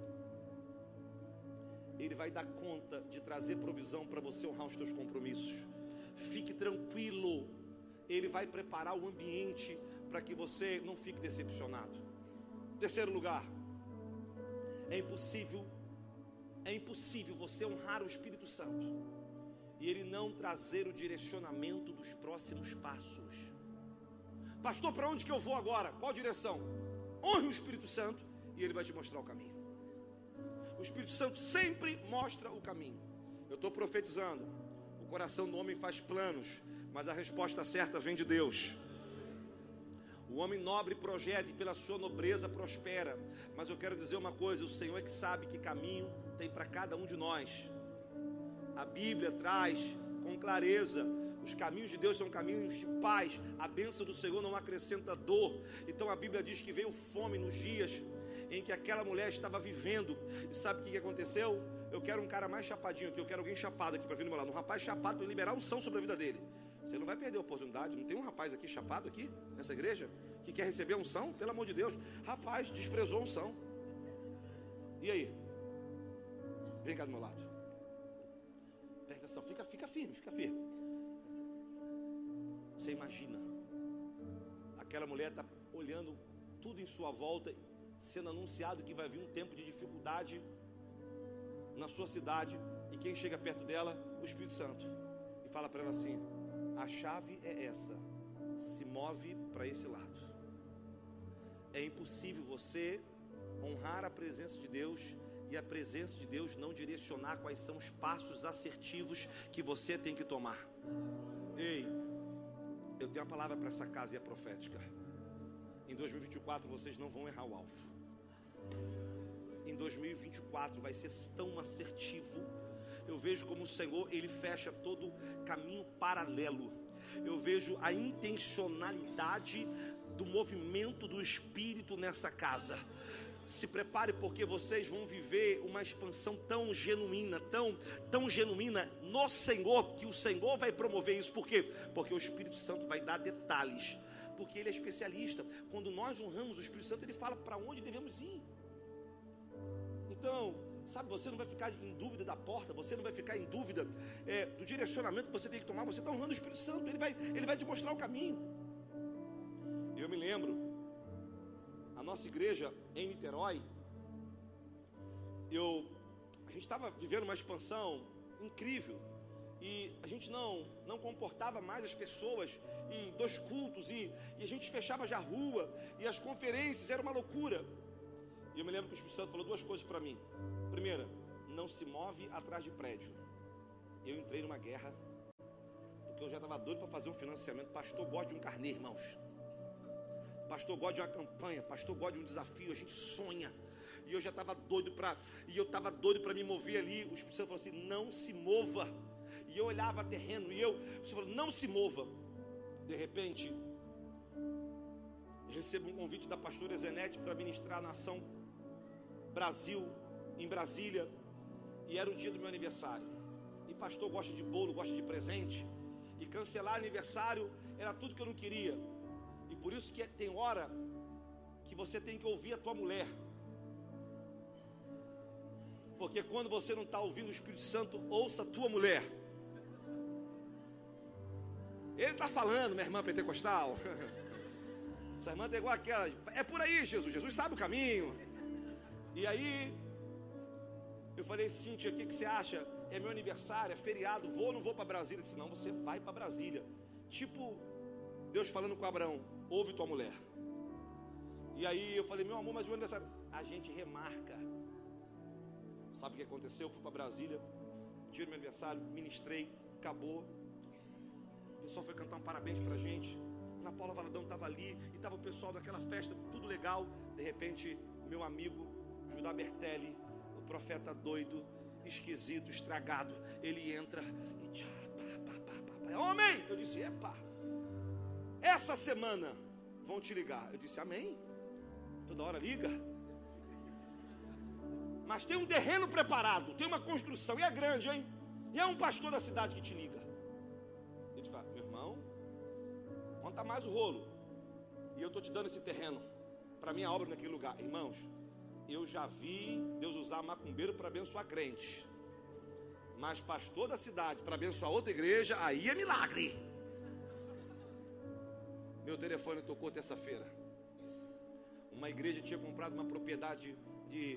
Ele vai dar conta de trazer provisão para você honrar os teus compromissos. Fique tranquilo. Ele vai preparar o ambiente para que você não fique decepcionado. Terceiro lugar, é impossível, é impossível você honrar o Espírito Santo e ele não trazer o direcionamento dos próximos passos. Pastor, para onde que eu vou agora? Qual direção? Honre o Espírito Santo e ele vai te mostrar o caminho. O Espírito Santo sempre mostra o caminho. Eu estou profetizando. O coração do homem faz planos, mas a resposta certa vem de Deus. O homem nobre projeta e pela sua nobreza prospera. Mas eu quero dizer uma coisa: o Senhor é que sabe que caminho tem para cada um de nós. A Bíblia traz com clareza: os caminhos de Deus são caminhos de paz. A bênção do Senhor não acrescenta dor. Então a Bíblia diz que veio fome nos dias em que aquela mulher estava vivendo. E sabe o que aconteceu? Eu quero um cara mais chapadinho aqui. Eu quero alguém chapado aqui para vir do meu lado. Um rapaz chapado para liberar unção sobre a vida dele. Você não vai perder a oportunidade. Não tem um rapaz aqui chapado aqui nessa igreja que quer receber a unção? Pelo amor de Deus. Rapaz, desprezou a unção. E aí? Vem cá do meu lado. Presta atenção. Fica, fica firme, fica firme. Você imagina, aquela mulher está olhando tudo em sua volta, sendo anunciado que vai vir um tempo de dificuldade na sua cidade, e quem chega perto dela? O Espírito Santo, e fala para ela assim: a chave é essa, se move para esse lado. É impossível você honrar a presença de Deus e a presença de Deus não direcionar quais são os passos assertivos que você tem que tomar. Ei, eu tenho uma palavra para essa casa e é profética. Em dois mil e vinte e quatro vocês não vão errar o alvo. Em dois mil e vinte e quatro vai ser tão assertivo. Eu vejo como o Senhor, ele fecha todo caminho paralelo. Eu vejo a intencionalidade do movimento do Espírito nessa casa. Se prepare, porque vocês vão viver uma expansão tão genuína, tão, tão genuína no Senhor, que o Senhor vai promover isso. Por quê? Porque o Espírito Santo vai dar detalhes, porque ele é especialista. Quando nós honramos o Espírito Santo, ele fala para onde devemos ir. Então, sabe, você não vai ficar em dúvida da porta, você não vai ficar em dúvida é, do direcionamento que você tem que tomar. Você está honrando o Espírito Santo, ele vai, ele vai te mostrar o caminho. Eu me lembro, a nossa igreja em Niterói, eu, a gente estava vivendo uma expansão incrível, e a gente não, não comportava mais as pessoas, e dois cultos, e, e a gente fechava já a rua, e as conferências, era uma loucura. E eu me lembro que o Espírito Santo falou duas coisas para mim. Primeira, não se move atrás de prédio. Eu entrei numa guerra, porque eu já estava doido para fazer um financiamento. Pastor gosta de um carnê, irmãos. Pastor gosta de uma campanha, pastor gosta de um desafio, a gente sonha. E eu já estava doido para, e eu estava doido para me mover ali. O Espírito Santo falou assim: não se mova. E eu olhava terreno, e eu, o Senhor falou: não se mova. De repente, eu recebo um convite da pastora Zenete para ministrar na Ação Brasil, em Brasília. E era o dia do meu aniversário. E pastor gosta de bolo, gosta de presente. E cancelar aniversário era tudo que eu não queria. E por isso que tem hora que você tem que ouvir a tua mulher. Porque quando você não está ouvindo o Espírito Santo, ouça a tua mulher. Ele está falando, minha irmã pentecostal. Essa irmã é igual aquela. É por aí, Jesus. Jesus sabe o caminho. E aí, eu falei: Cíntia, o que, que você acha? é meu aniversário, é feriado, vou ou não vou para Brasília? Ele disse, não, você vai para Brasília. Tipo, Deus falando com Abraão, ouve tua mulher. E aí eu falei, meu amor, mas o aniversário, a gente remarca. Sabe o que aconteceu? Eu fui para Brasília, dia do meu aniversário, ministrei, acabou. O pessoal foi cantar um parabéns pra gente. Ana Paula Valadão estava ali, e estava o pessoal daquela festa, tudo legal. De repente, meu amigo Judá Bertelli, o profeta doido, esquisito, estragado, ele entra e tchá, pá, pá, pá, pá, pá. Homem! Eu disse, epa, essa semana vão te ligar. Eu disse, amém. Toda hora liga. Mas tem um terreno preparado, tem uma construção, e é grande, hein? E é um pastor da cidade que te liga. Ele te fala, meu irmão, conta mais o rolo. E eu estou te dando esse terreno para minha obra naquele lugar. Irmãos, eu já vi Deus usar macumbeiro para abençoar crente. Mas pastor da cidade para abençoar outra igreja, aí é milagre. Meu telefone tocou terça-feira. Uma igreja tinha comprado uma propriedade de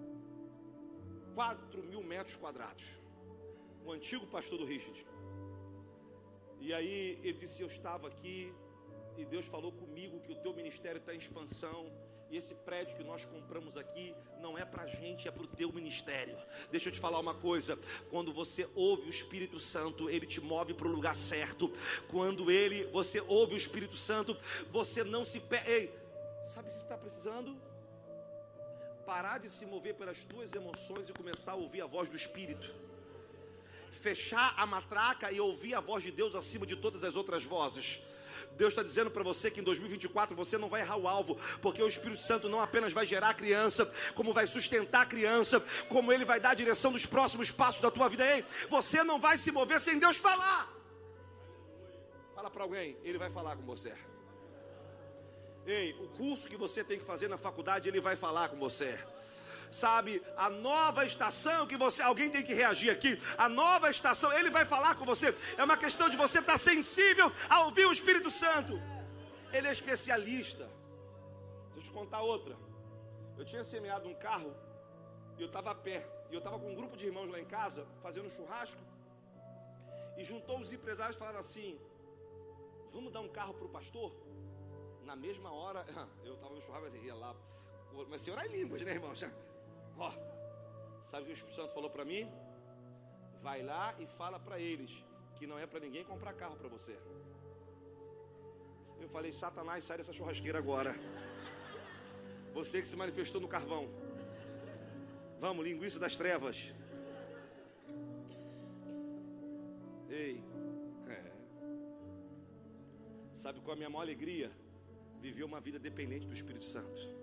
quatro mil metros quadrados. O antigo pastor do Richard. E aí ele disse, eu estava aqui e Deus falou comigo que o teu ministério está em expansão. E esse prédio que nós compramos aqui não é para a gente, é para o teu ministério. Deixa eu te falar uma coisa. Quando você ouve o Espírito Santo, ele te move para o lugar certo. Quando ele, você ouve o Espírito Santo, você não se perde. Ei, sabe o que você está precisando? Parar de se mover pelas tuas emoções e começar a ouvir a voz do Espírito. Fechar a matraca e ouvir a voz de Deus acima de todas as outras vozes. Deus está dizendo para você que em dois mil e vinte e quatro você não vai errar o alvo, porque o Espírito Santo não apenas vai gerar a criança, como vai sustentar a criança, como ele vai dar a direção dos próximos passos da tua vida. Ei, você não vai se mover sem Deus falar. Fala para alguém, ele vai falar com você. Ei, o curso que você tem que fazer na faculdade, ele vai falar com você. Sabe, a nova estação que você, alguém tem que reagir aqui, a nova estação, ele vai falar com você. É uma questão de você estar sensível a ouvir o Espírito Santo. Ele é especialista. Deixa eu te contar outra. Eu tinha semeado um carro e eu estava a pé, e eu estava com um grupo de irmãos lá em casa fazendo um churrasco, e juntou os empresários e falaram assim, vamos dar um carro para o pastor? Na mesma hora, eu estava no churrasco, mas ia lá, comecei a orar em línguas, né, irmão? Ó, sabe o que o Espírito Santo falou para mim? Vai lá e fala para eles que não é para ninguém comprar carro para você. Eu falei, Satanás, sai dessa churrasqueira agora. Você que se manifestou no carvão. Vamos, linguiça das trevas. Ei, é. Sabe qual é a minha maior alegria? Viver uma vida dependente do Espírito Santo.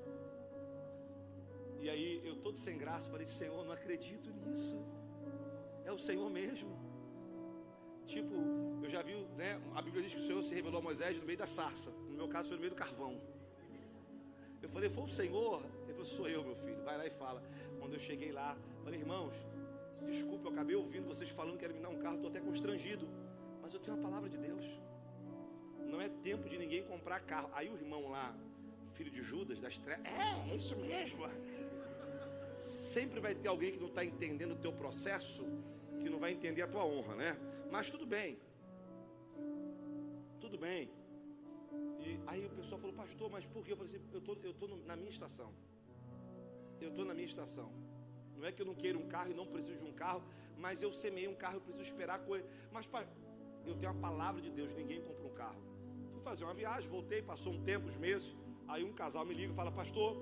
E aí eu todo sem graça falei, Senhor, não acredito nisso. É o Senhor mesmo. Tipo, eu já vi, né? A Bíblia diz que o Senhor se revelou a Moisés no meio da sarça. No meu caso foi no meio do carvão. Eu falei, foi o Senhor? Ele falou, sou eu, meu filho. Vai lá e fala. Quando eu cheguei lá, falei, irmãos, desculpa, eu acabei ouvindo vocês falando que querem me dar um carro, estou até constrangido. Mas eu tenho a palavra de Deus. Não é tempo de ninguém comprar carro. Aí o irmão lá, filho de Judas, das trevas, é, é isso mesmo. Sempre vai ter alguém que não está entendendo o teu processo, que não vai entender a tua honra, né? Mas tudo bem. Tudo bem. E aí o pessoal falou, pastor, mas por quê? Eu falei assim, eu tô, eu tô na minha estação. Eu estou na minha estação. Não é que eu não queira um carro e não preciso de um carro, mas eu semeei um carro, eu preciso esperar com ele. Mas pai, eu tenho a palavra de Deus, ninguém compra um carro. Fui fazer uma viagem, voltei, passou um tempo, uns meses. Aí um casal me liga e fala, pastor,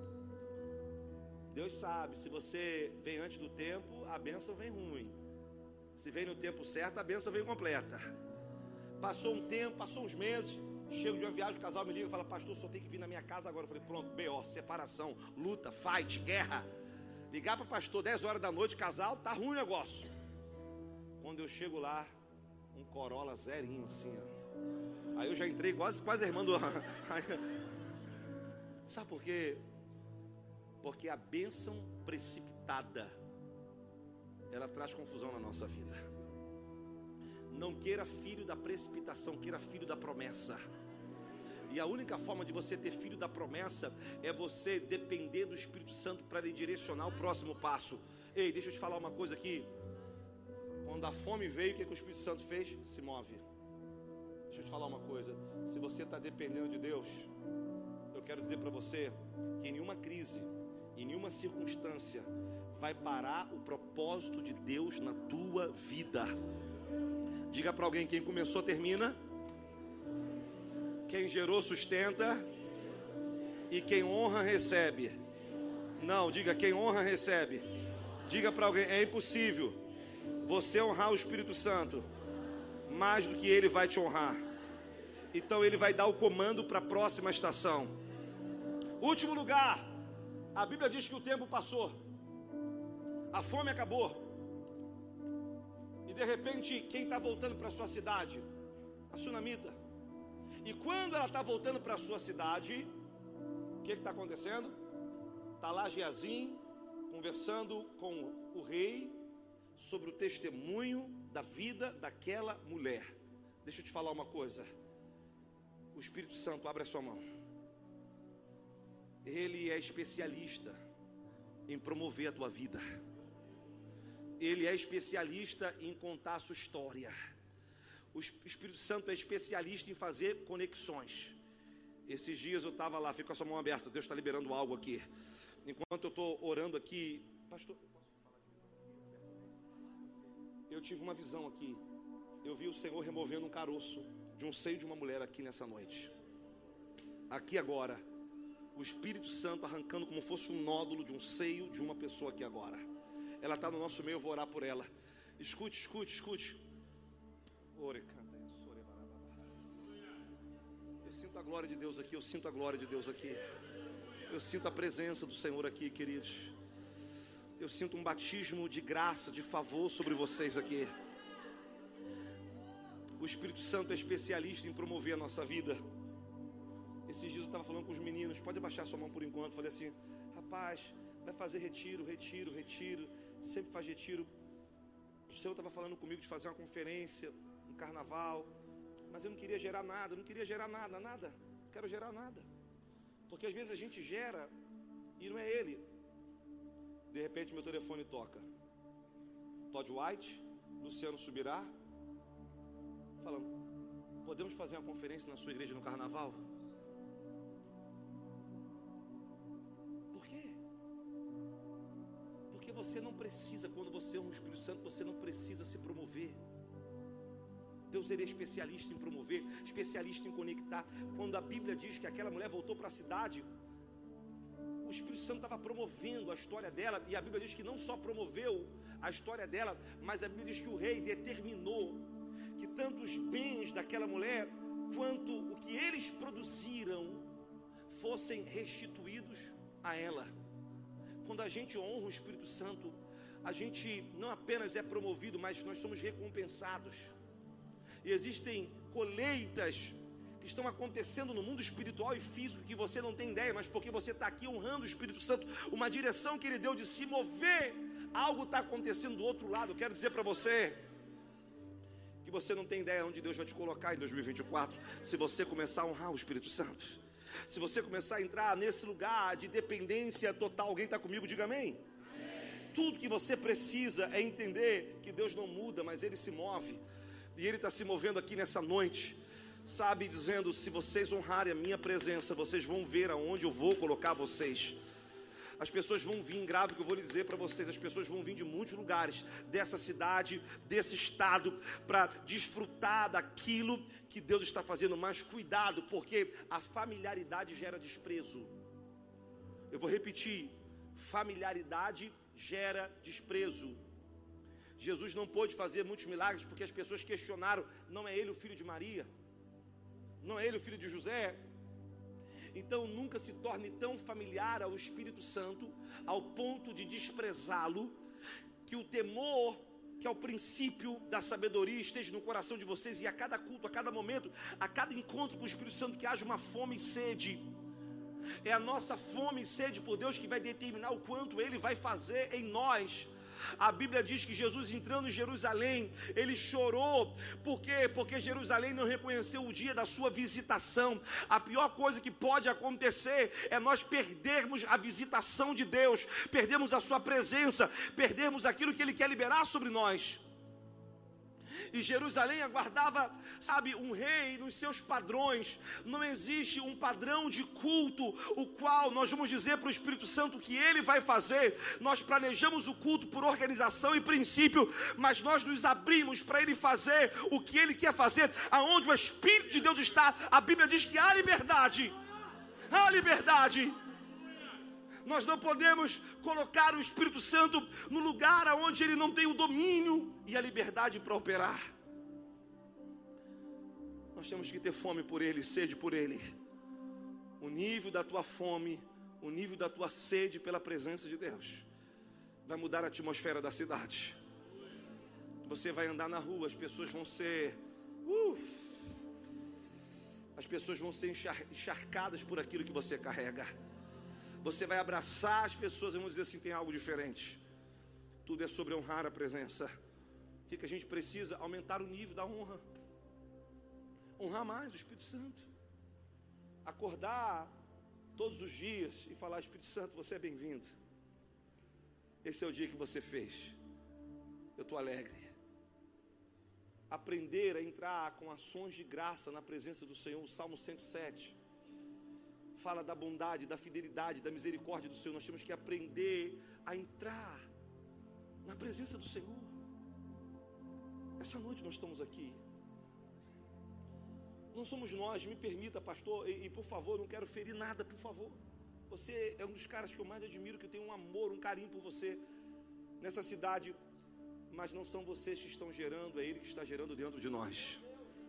Deus sabe, se você vem antes do tempo, a bênção vem ruim. Se vem no tempo certo, a bênção vem completa. Passou um tempo, passou uns meses, chego de uma viagem, o casal me liga e fala, pastor, só tem que vir na minha casa agora. Eu falei, pronto, B O, separação, luta, fight, guerra. Ligar para o pastor dez horas da noite, casal, tá ruim o negócio. Quando eu chego lá, um Corolla zerinho assim, ó. Aí eu já entrei quase, quase a irmã do... Sabe por quê? Porque a bênção precipitada, ela traz confusão na nossa vida. Não queira filho da precipitação, queira filho da promessa. E a única forma de você ter filho da promessa é você depender do Espírito Santo para lhe direcionar o próximo passo. Ei, deixa eu te falar uma coisa aqui. Quando a fome veio, o que, que o Espírito Santo fez? Se move. Deixa eu te falar uma coisa. Se você está dependendo de Deus, eu quero dizer para você que em nenhuma crise, em nenhuma circunstância vai parar o propósito de Deus na tua vida. Diga para alguém: quem começou termina, quem gerou sustenta, e quem honra recebe. Não, diga: quem honra recebe. Diga para alguém: é impossível você honrar o Espírito Santo mais do que ele vai te honrar. Então ele vai dar o comando para a próxima estação. Último lugar, a Bíblia diz que o tempo passou, a fome acabou, e de repente quem está voltando para a sua cidade? A sunamita. E quando ela está voltando para a sua cidade, o que está acontecendo? Está lá Geazim conversando com o rei sobre o testemunho da vida daquela mulher. Deixa eu te falar uma coisa. O Espírito Santo, abre a sua mão. Ele é especialista em promover a tua vida. Ele é especialista em contar a sua história. O Espírito Santo é especialista em fazer conexões. Esses dias eu estava lá, fica com a sua mão aberta, Deus está liberando algo aqui. Enquanto eu estou orando aqui, pastor, eu tive uma visão aqui. Eu vi o Senhor removendo um caroço de um seio de uma mulher aqui nessa noite. Aqui agora, o Espírito Santo arrancando como fosse um nódulo de um seio de uma pessoa aqui agora. Ela está no nosso meio, eu vou orar por ela. Escute, escute, escute. Eu sinto a glória de Deus aqui, eu sinto a glória de Deus aqui. Eu sinto a presença do Senhor aqui, queridos. Eu sinto um batismo de graça, de favor sobre vocês aqui. O Espírito Santo é especialista em promover a nossa vida. Esses dias eu estava falando com os meninos, pode abaixar sua mão por enquanto. Falei assim: rapaz, vai fazer retiro, retiro, retiro. Sempre faz retiro. O Senhor estava falando comigo de fazer uma conferência, um carnaval. Mas eu não queria gerar nada, eu não queria gerar nada, nada. Não quero gerar nada. Porque às vezes a gente gera e não é Ele. De repente meu telefone toca. Todd White, Luciano Subirá, falando: podemos fazer uma conferência na sua igreja no carnaval? Por quê? Porque você não precisa, quando você honra o Espírito Santo, você não precisa se promover. Deus, ele é especialista em promover, especialista em conectar. Quando a Bíblia diz que aquela mulher voltou para a cidade, o Espírito Santo estava promovendo a história dela. E a Bíblia diz que não só promoveu a história dela, mas a Bíblia diz que o rei determinou que tanto os bens daquela mulher quanto o que eles produziram fossem restituídos a ela. Quando a gente honra o Espírito Santo, a gente não apenas é promovido, mas nós somos recompensados. E existem colheitas que estão acontecendo no mundo espiritual e físico que você não tem ideia, mas porque você está aqui honrando o Espírito Santo, uma direção que ele deu de se mover, algo está acontecendo do outro lado. Eu quero dizer para você que você não tem ideia onde Deus vai te colocar em dois mil e vinte e quatro, se você começar a honrar o Espírito Santo, se você começar a entrar nesse lugar de dependência total. Alguém está comigo? Diga amém. Amém. Tudo que você precisa é entender que Deus não muda, mas Ele se move. E Ele está se movendo aqui nessa noite, sabe, dizendo: se vocês honrarem a minha presença, vocês vão ver aonde eu vou colocar vocês. As pessoas vão vir, grave o que eu vou lhe dizer para vocês, as pessoas vão vir de muitos lugares, dessa cidade, desse estado, para desfrutar daquilo que Deus está fazendo. Mas cuidado, porque a familiaridade gera desprezo. Eu vou repetir: familiaridade gera desprezo. Jesus não pôde fazer muitos milagres porque as pessoas questionaram: não é ele o filho de Maria? Não é ele o filho de José? Então nunca se torne tão familiar ao Espírito Santo ao ponto de desprezá-lo, que o temor, que é o princípio da sabedoria, esteja no coração de vocês, e a cada culto, a cada momento, a cada encontro com o Espírito Santo, que haja uma fome e sede. É a nossa fome e sede por Deus que vai determinar o quanto Ele vai fazer em nós. A Bíblia diz que Jesus, entrando em Jerusalém, Ele chorou. Por quê? Porque Jerusalém não reconheceu o dia da sua visitação. A pior coisa que pode acontecer é nós perdermos a visitação de Deus, perdermos a sua presença, perdermos aquilo que Ele quer liberar sobre nós. E Jerusalém aguardava, sabe, um rei nos seus padrões. Não existe um padrão de culto, o qual nós vamos dizer para o Espírito Santo o que ele vai fazer. Nós planejamos o culto por organização e princípio, mas nós nos abrimos para ele fazer o que ele quer fazer. Aonde o Espírito de Deus está, a Bíblia diz que há liberdade. Há liberdade. Nós não podemos colocar o Espírito Santo no lugar onde ele não tem o domínio e a liberdade para operar. Nós temos que ter fome por ele, sede por ele. O nível da tua fome, o nível da tua sede pela presença de Deus vai mudar a atmosfera da cidade. Você vai andar na rua, as pessoas vão ser uh, as pessoas vão ser encharcadas por aquilo que você carrega. Você vai abraçar as pessoas e vão dizer assim, tem algo diferente. Tudo é sobre honrar a presença. O que, que a gente precisa? Aumentar o nível da honra. Honrar mais o Espírito Santo. Acordar todos os dias e falar, Espírito Santo, você é bem-vindo. Esse é o dia que você fez. Eu estou alegre. Aprender a entrar com ações de graça na presença do Senhor. O Salmo cento e sete fala da bondade, da fidelidade, da misericórdia do Senhor. Nós temos que aprender a entrar na presença do Senhor. Essa noite nós estamos aqui. Não somos nós, me permita, pastor, e, e por favor, não quero ferir nada, por favor. Você é um dos caras que eu mais admiro, que eu tenho um amor, um carinho por você nessa cidade, mas não são vocês que estão gerando, é Ele que está gerando dentro de nós.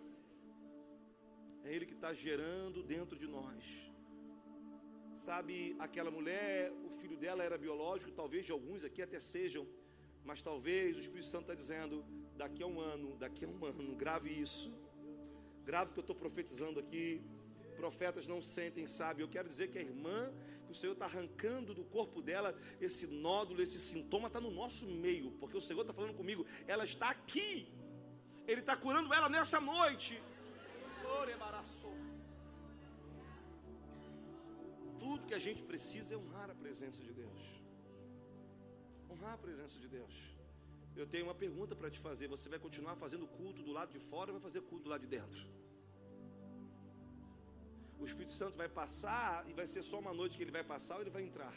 É Ele que está gerando dentro de nós. Sabe, aquela mulher, o filho dela era biológico, talvez de alguns aqui até sejam, mas talvez o Espírito Santo está dizendo, daqui a um ano, daqui a um ano, grave isso. Grave o que eu estou profetizando aqui. Profetas não sentem, sabe? Eu quero dizer que a irmã, que o Senhor está arrancando do corpo dela, esse nódulo, esse sintoma está no nosso meio, porque o Senhor está falando comigo, ela está aqui, Ele está curando ela nessa noite. Tudo que a gente precisa é honrar a presença de Deus. Honrar a presença de Deus. Eu tenho uma pergunta para te fazer. Você vai continuar fazendo culto do lado de fora ou vai fazer culto do lado de dentro? O Espírito Santo vai passar e vai ser só uma noite que ele vai passar ou ele vai entrar?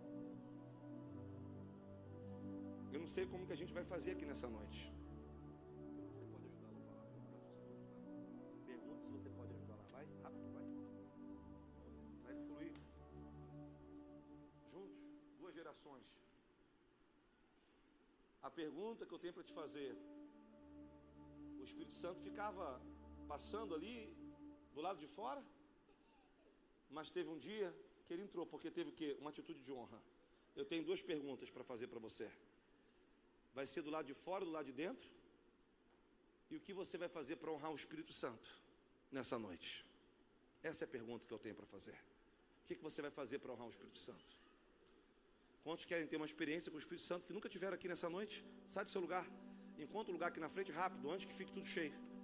Eu não sei como que a gente vai fazer aqui nessa noite. Você pode ajudar lá? Pergunta se você pode ajudar lá. Vai, rápido, vai. Vai fluir. Juntos, duas gerações. A pergunta que eu tenho para te fazer: o Espírito Santo ficava passando ali do lado de fora? Mas teve um dia que ele entrou, porque teve o quê? Uma atitude de honra. Eu tenho duas perguntas para fazer para você. Vai ser do lado de fora ou do lado de dentro? E o que você vai fazer para honrar o Espírito Santo nessa noite? Essa é a pergunta que eu tenho para fazer. O que, que você vai fazer para honrar o Espírito Santo? Quantos querem ter uma experiência com o Espírito Santo que nunca tiveram aqui nessa noite? Sai do seu lugar. Encontra um lugar aqui na frente rápido, antes que fique tudo cheio.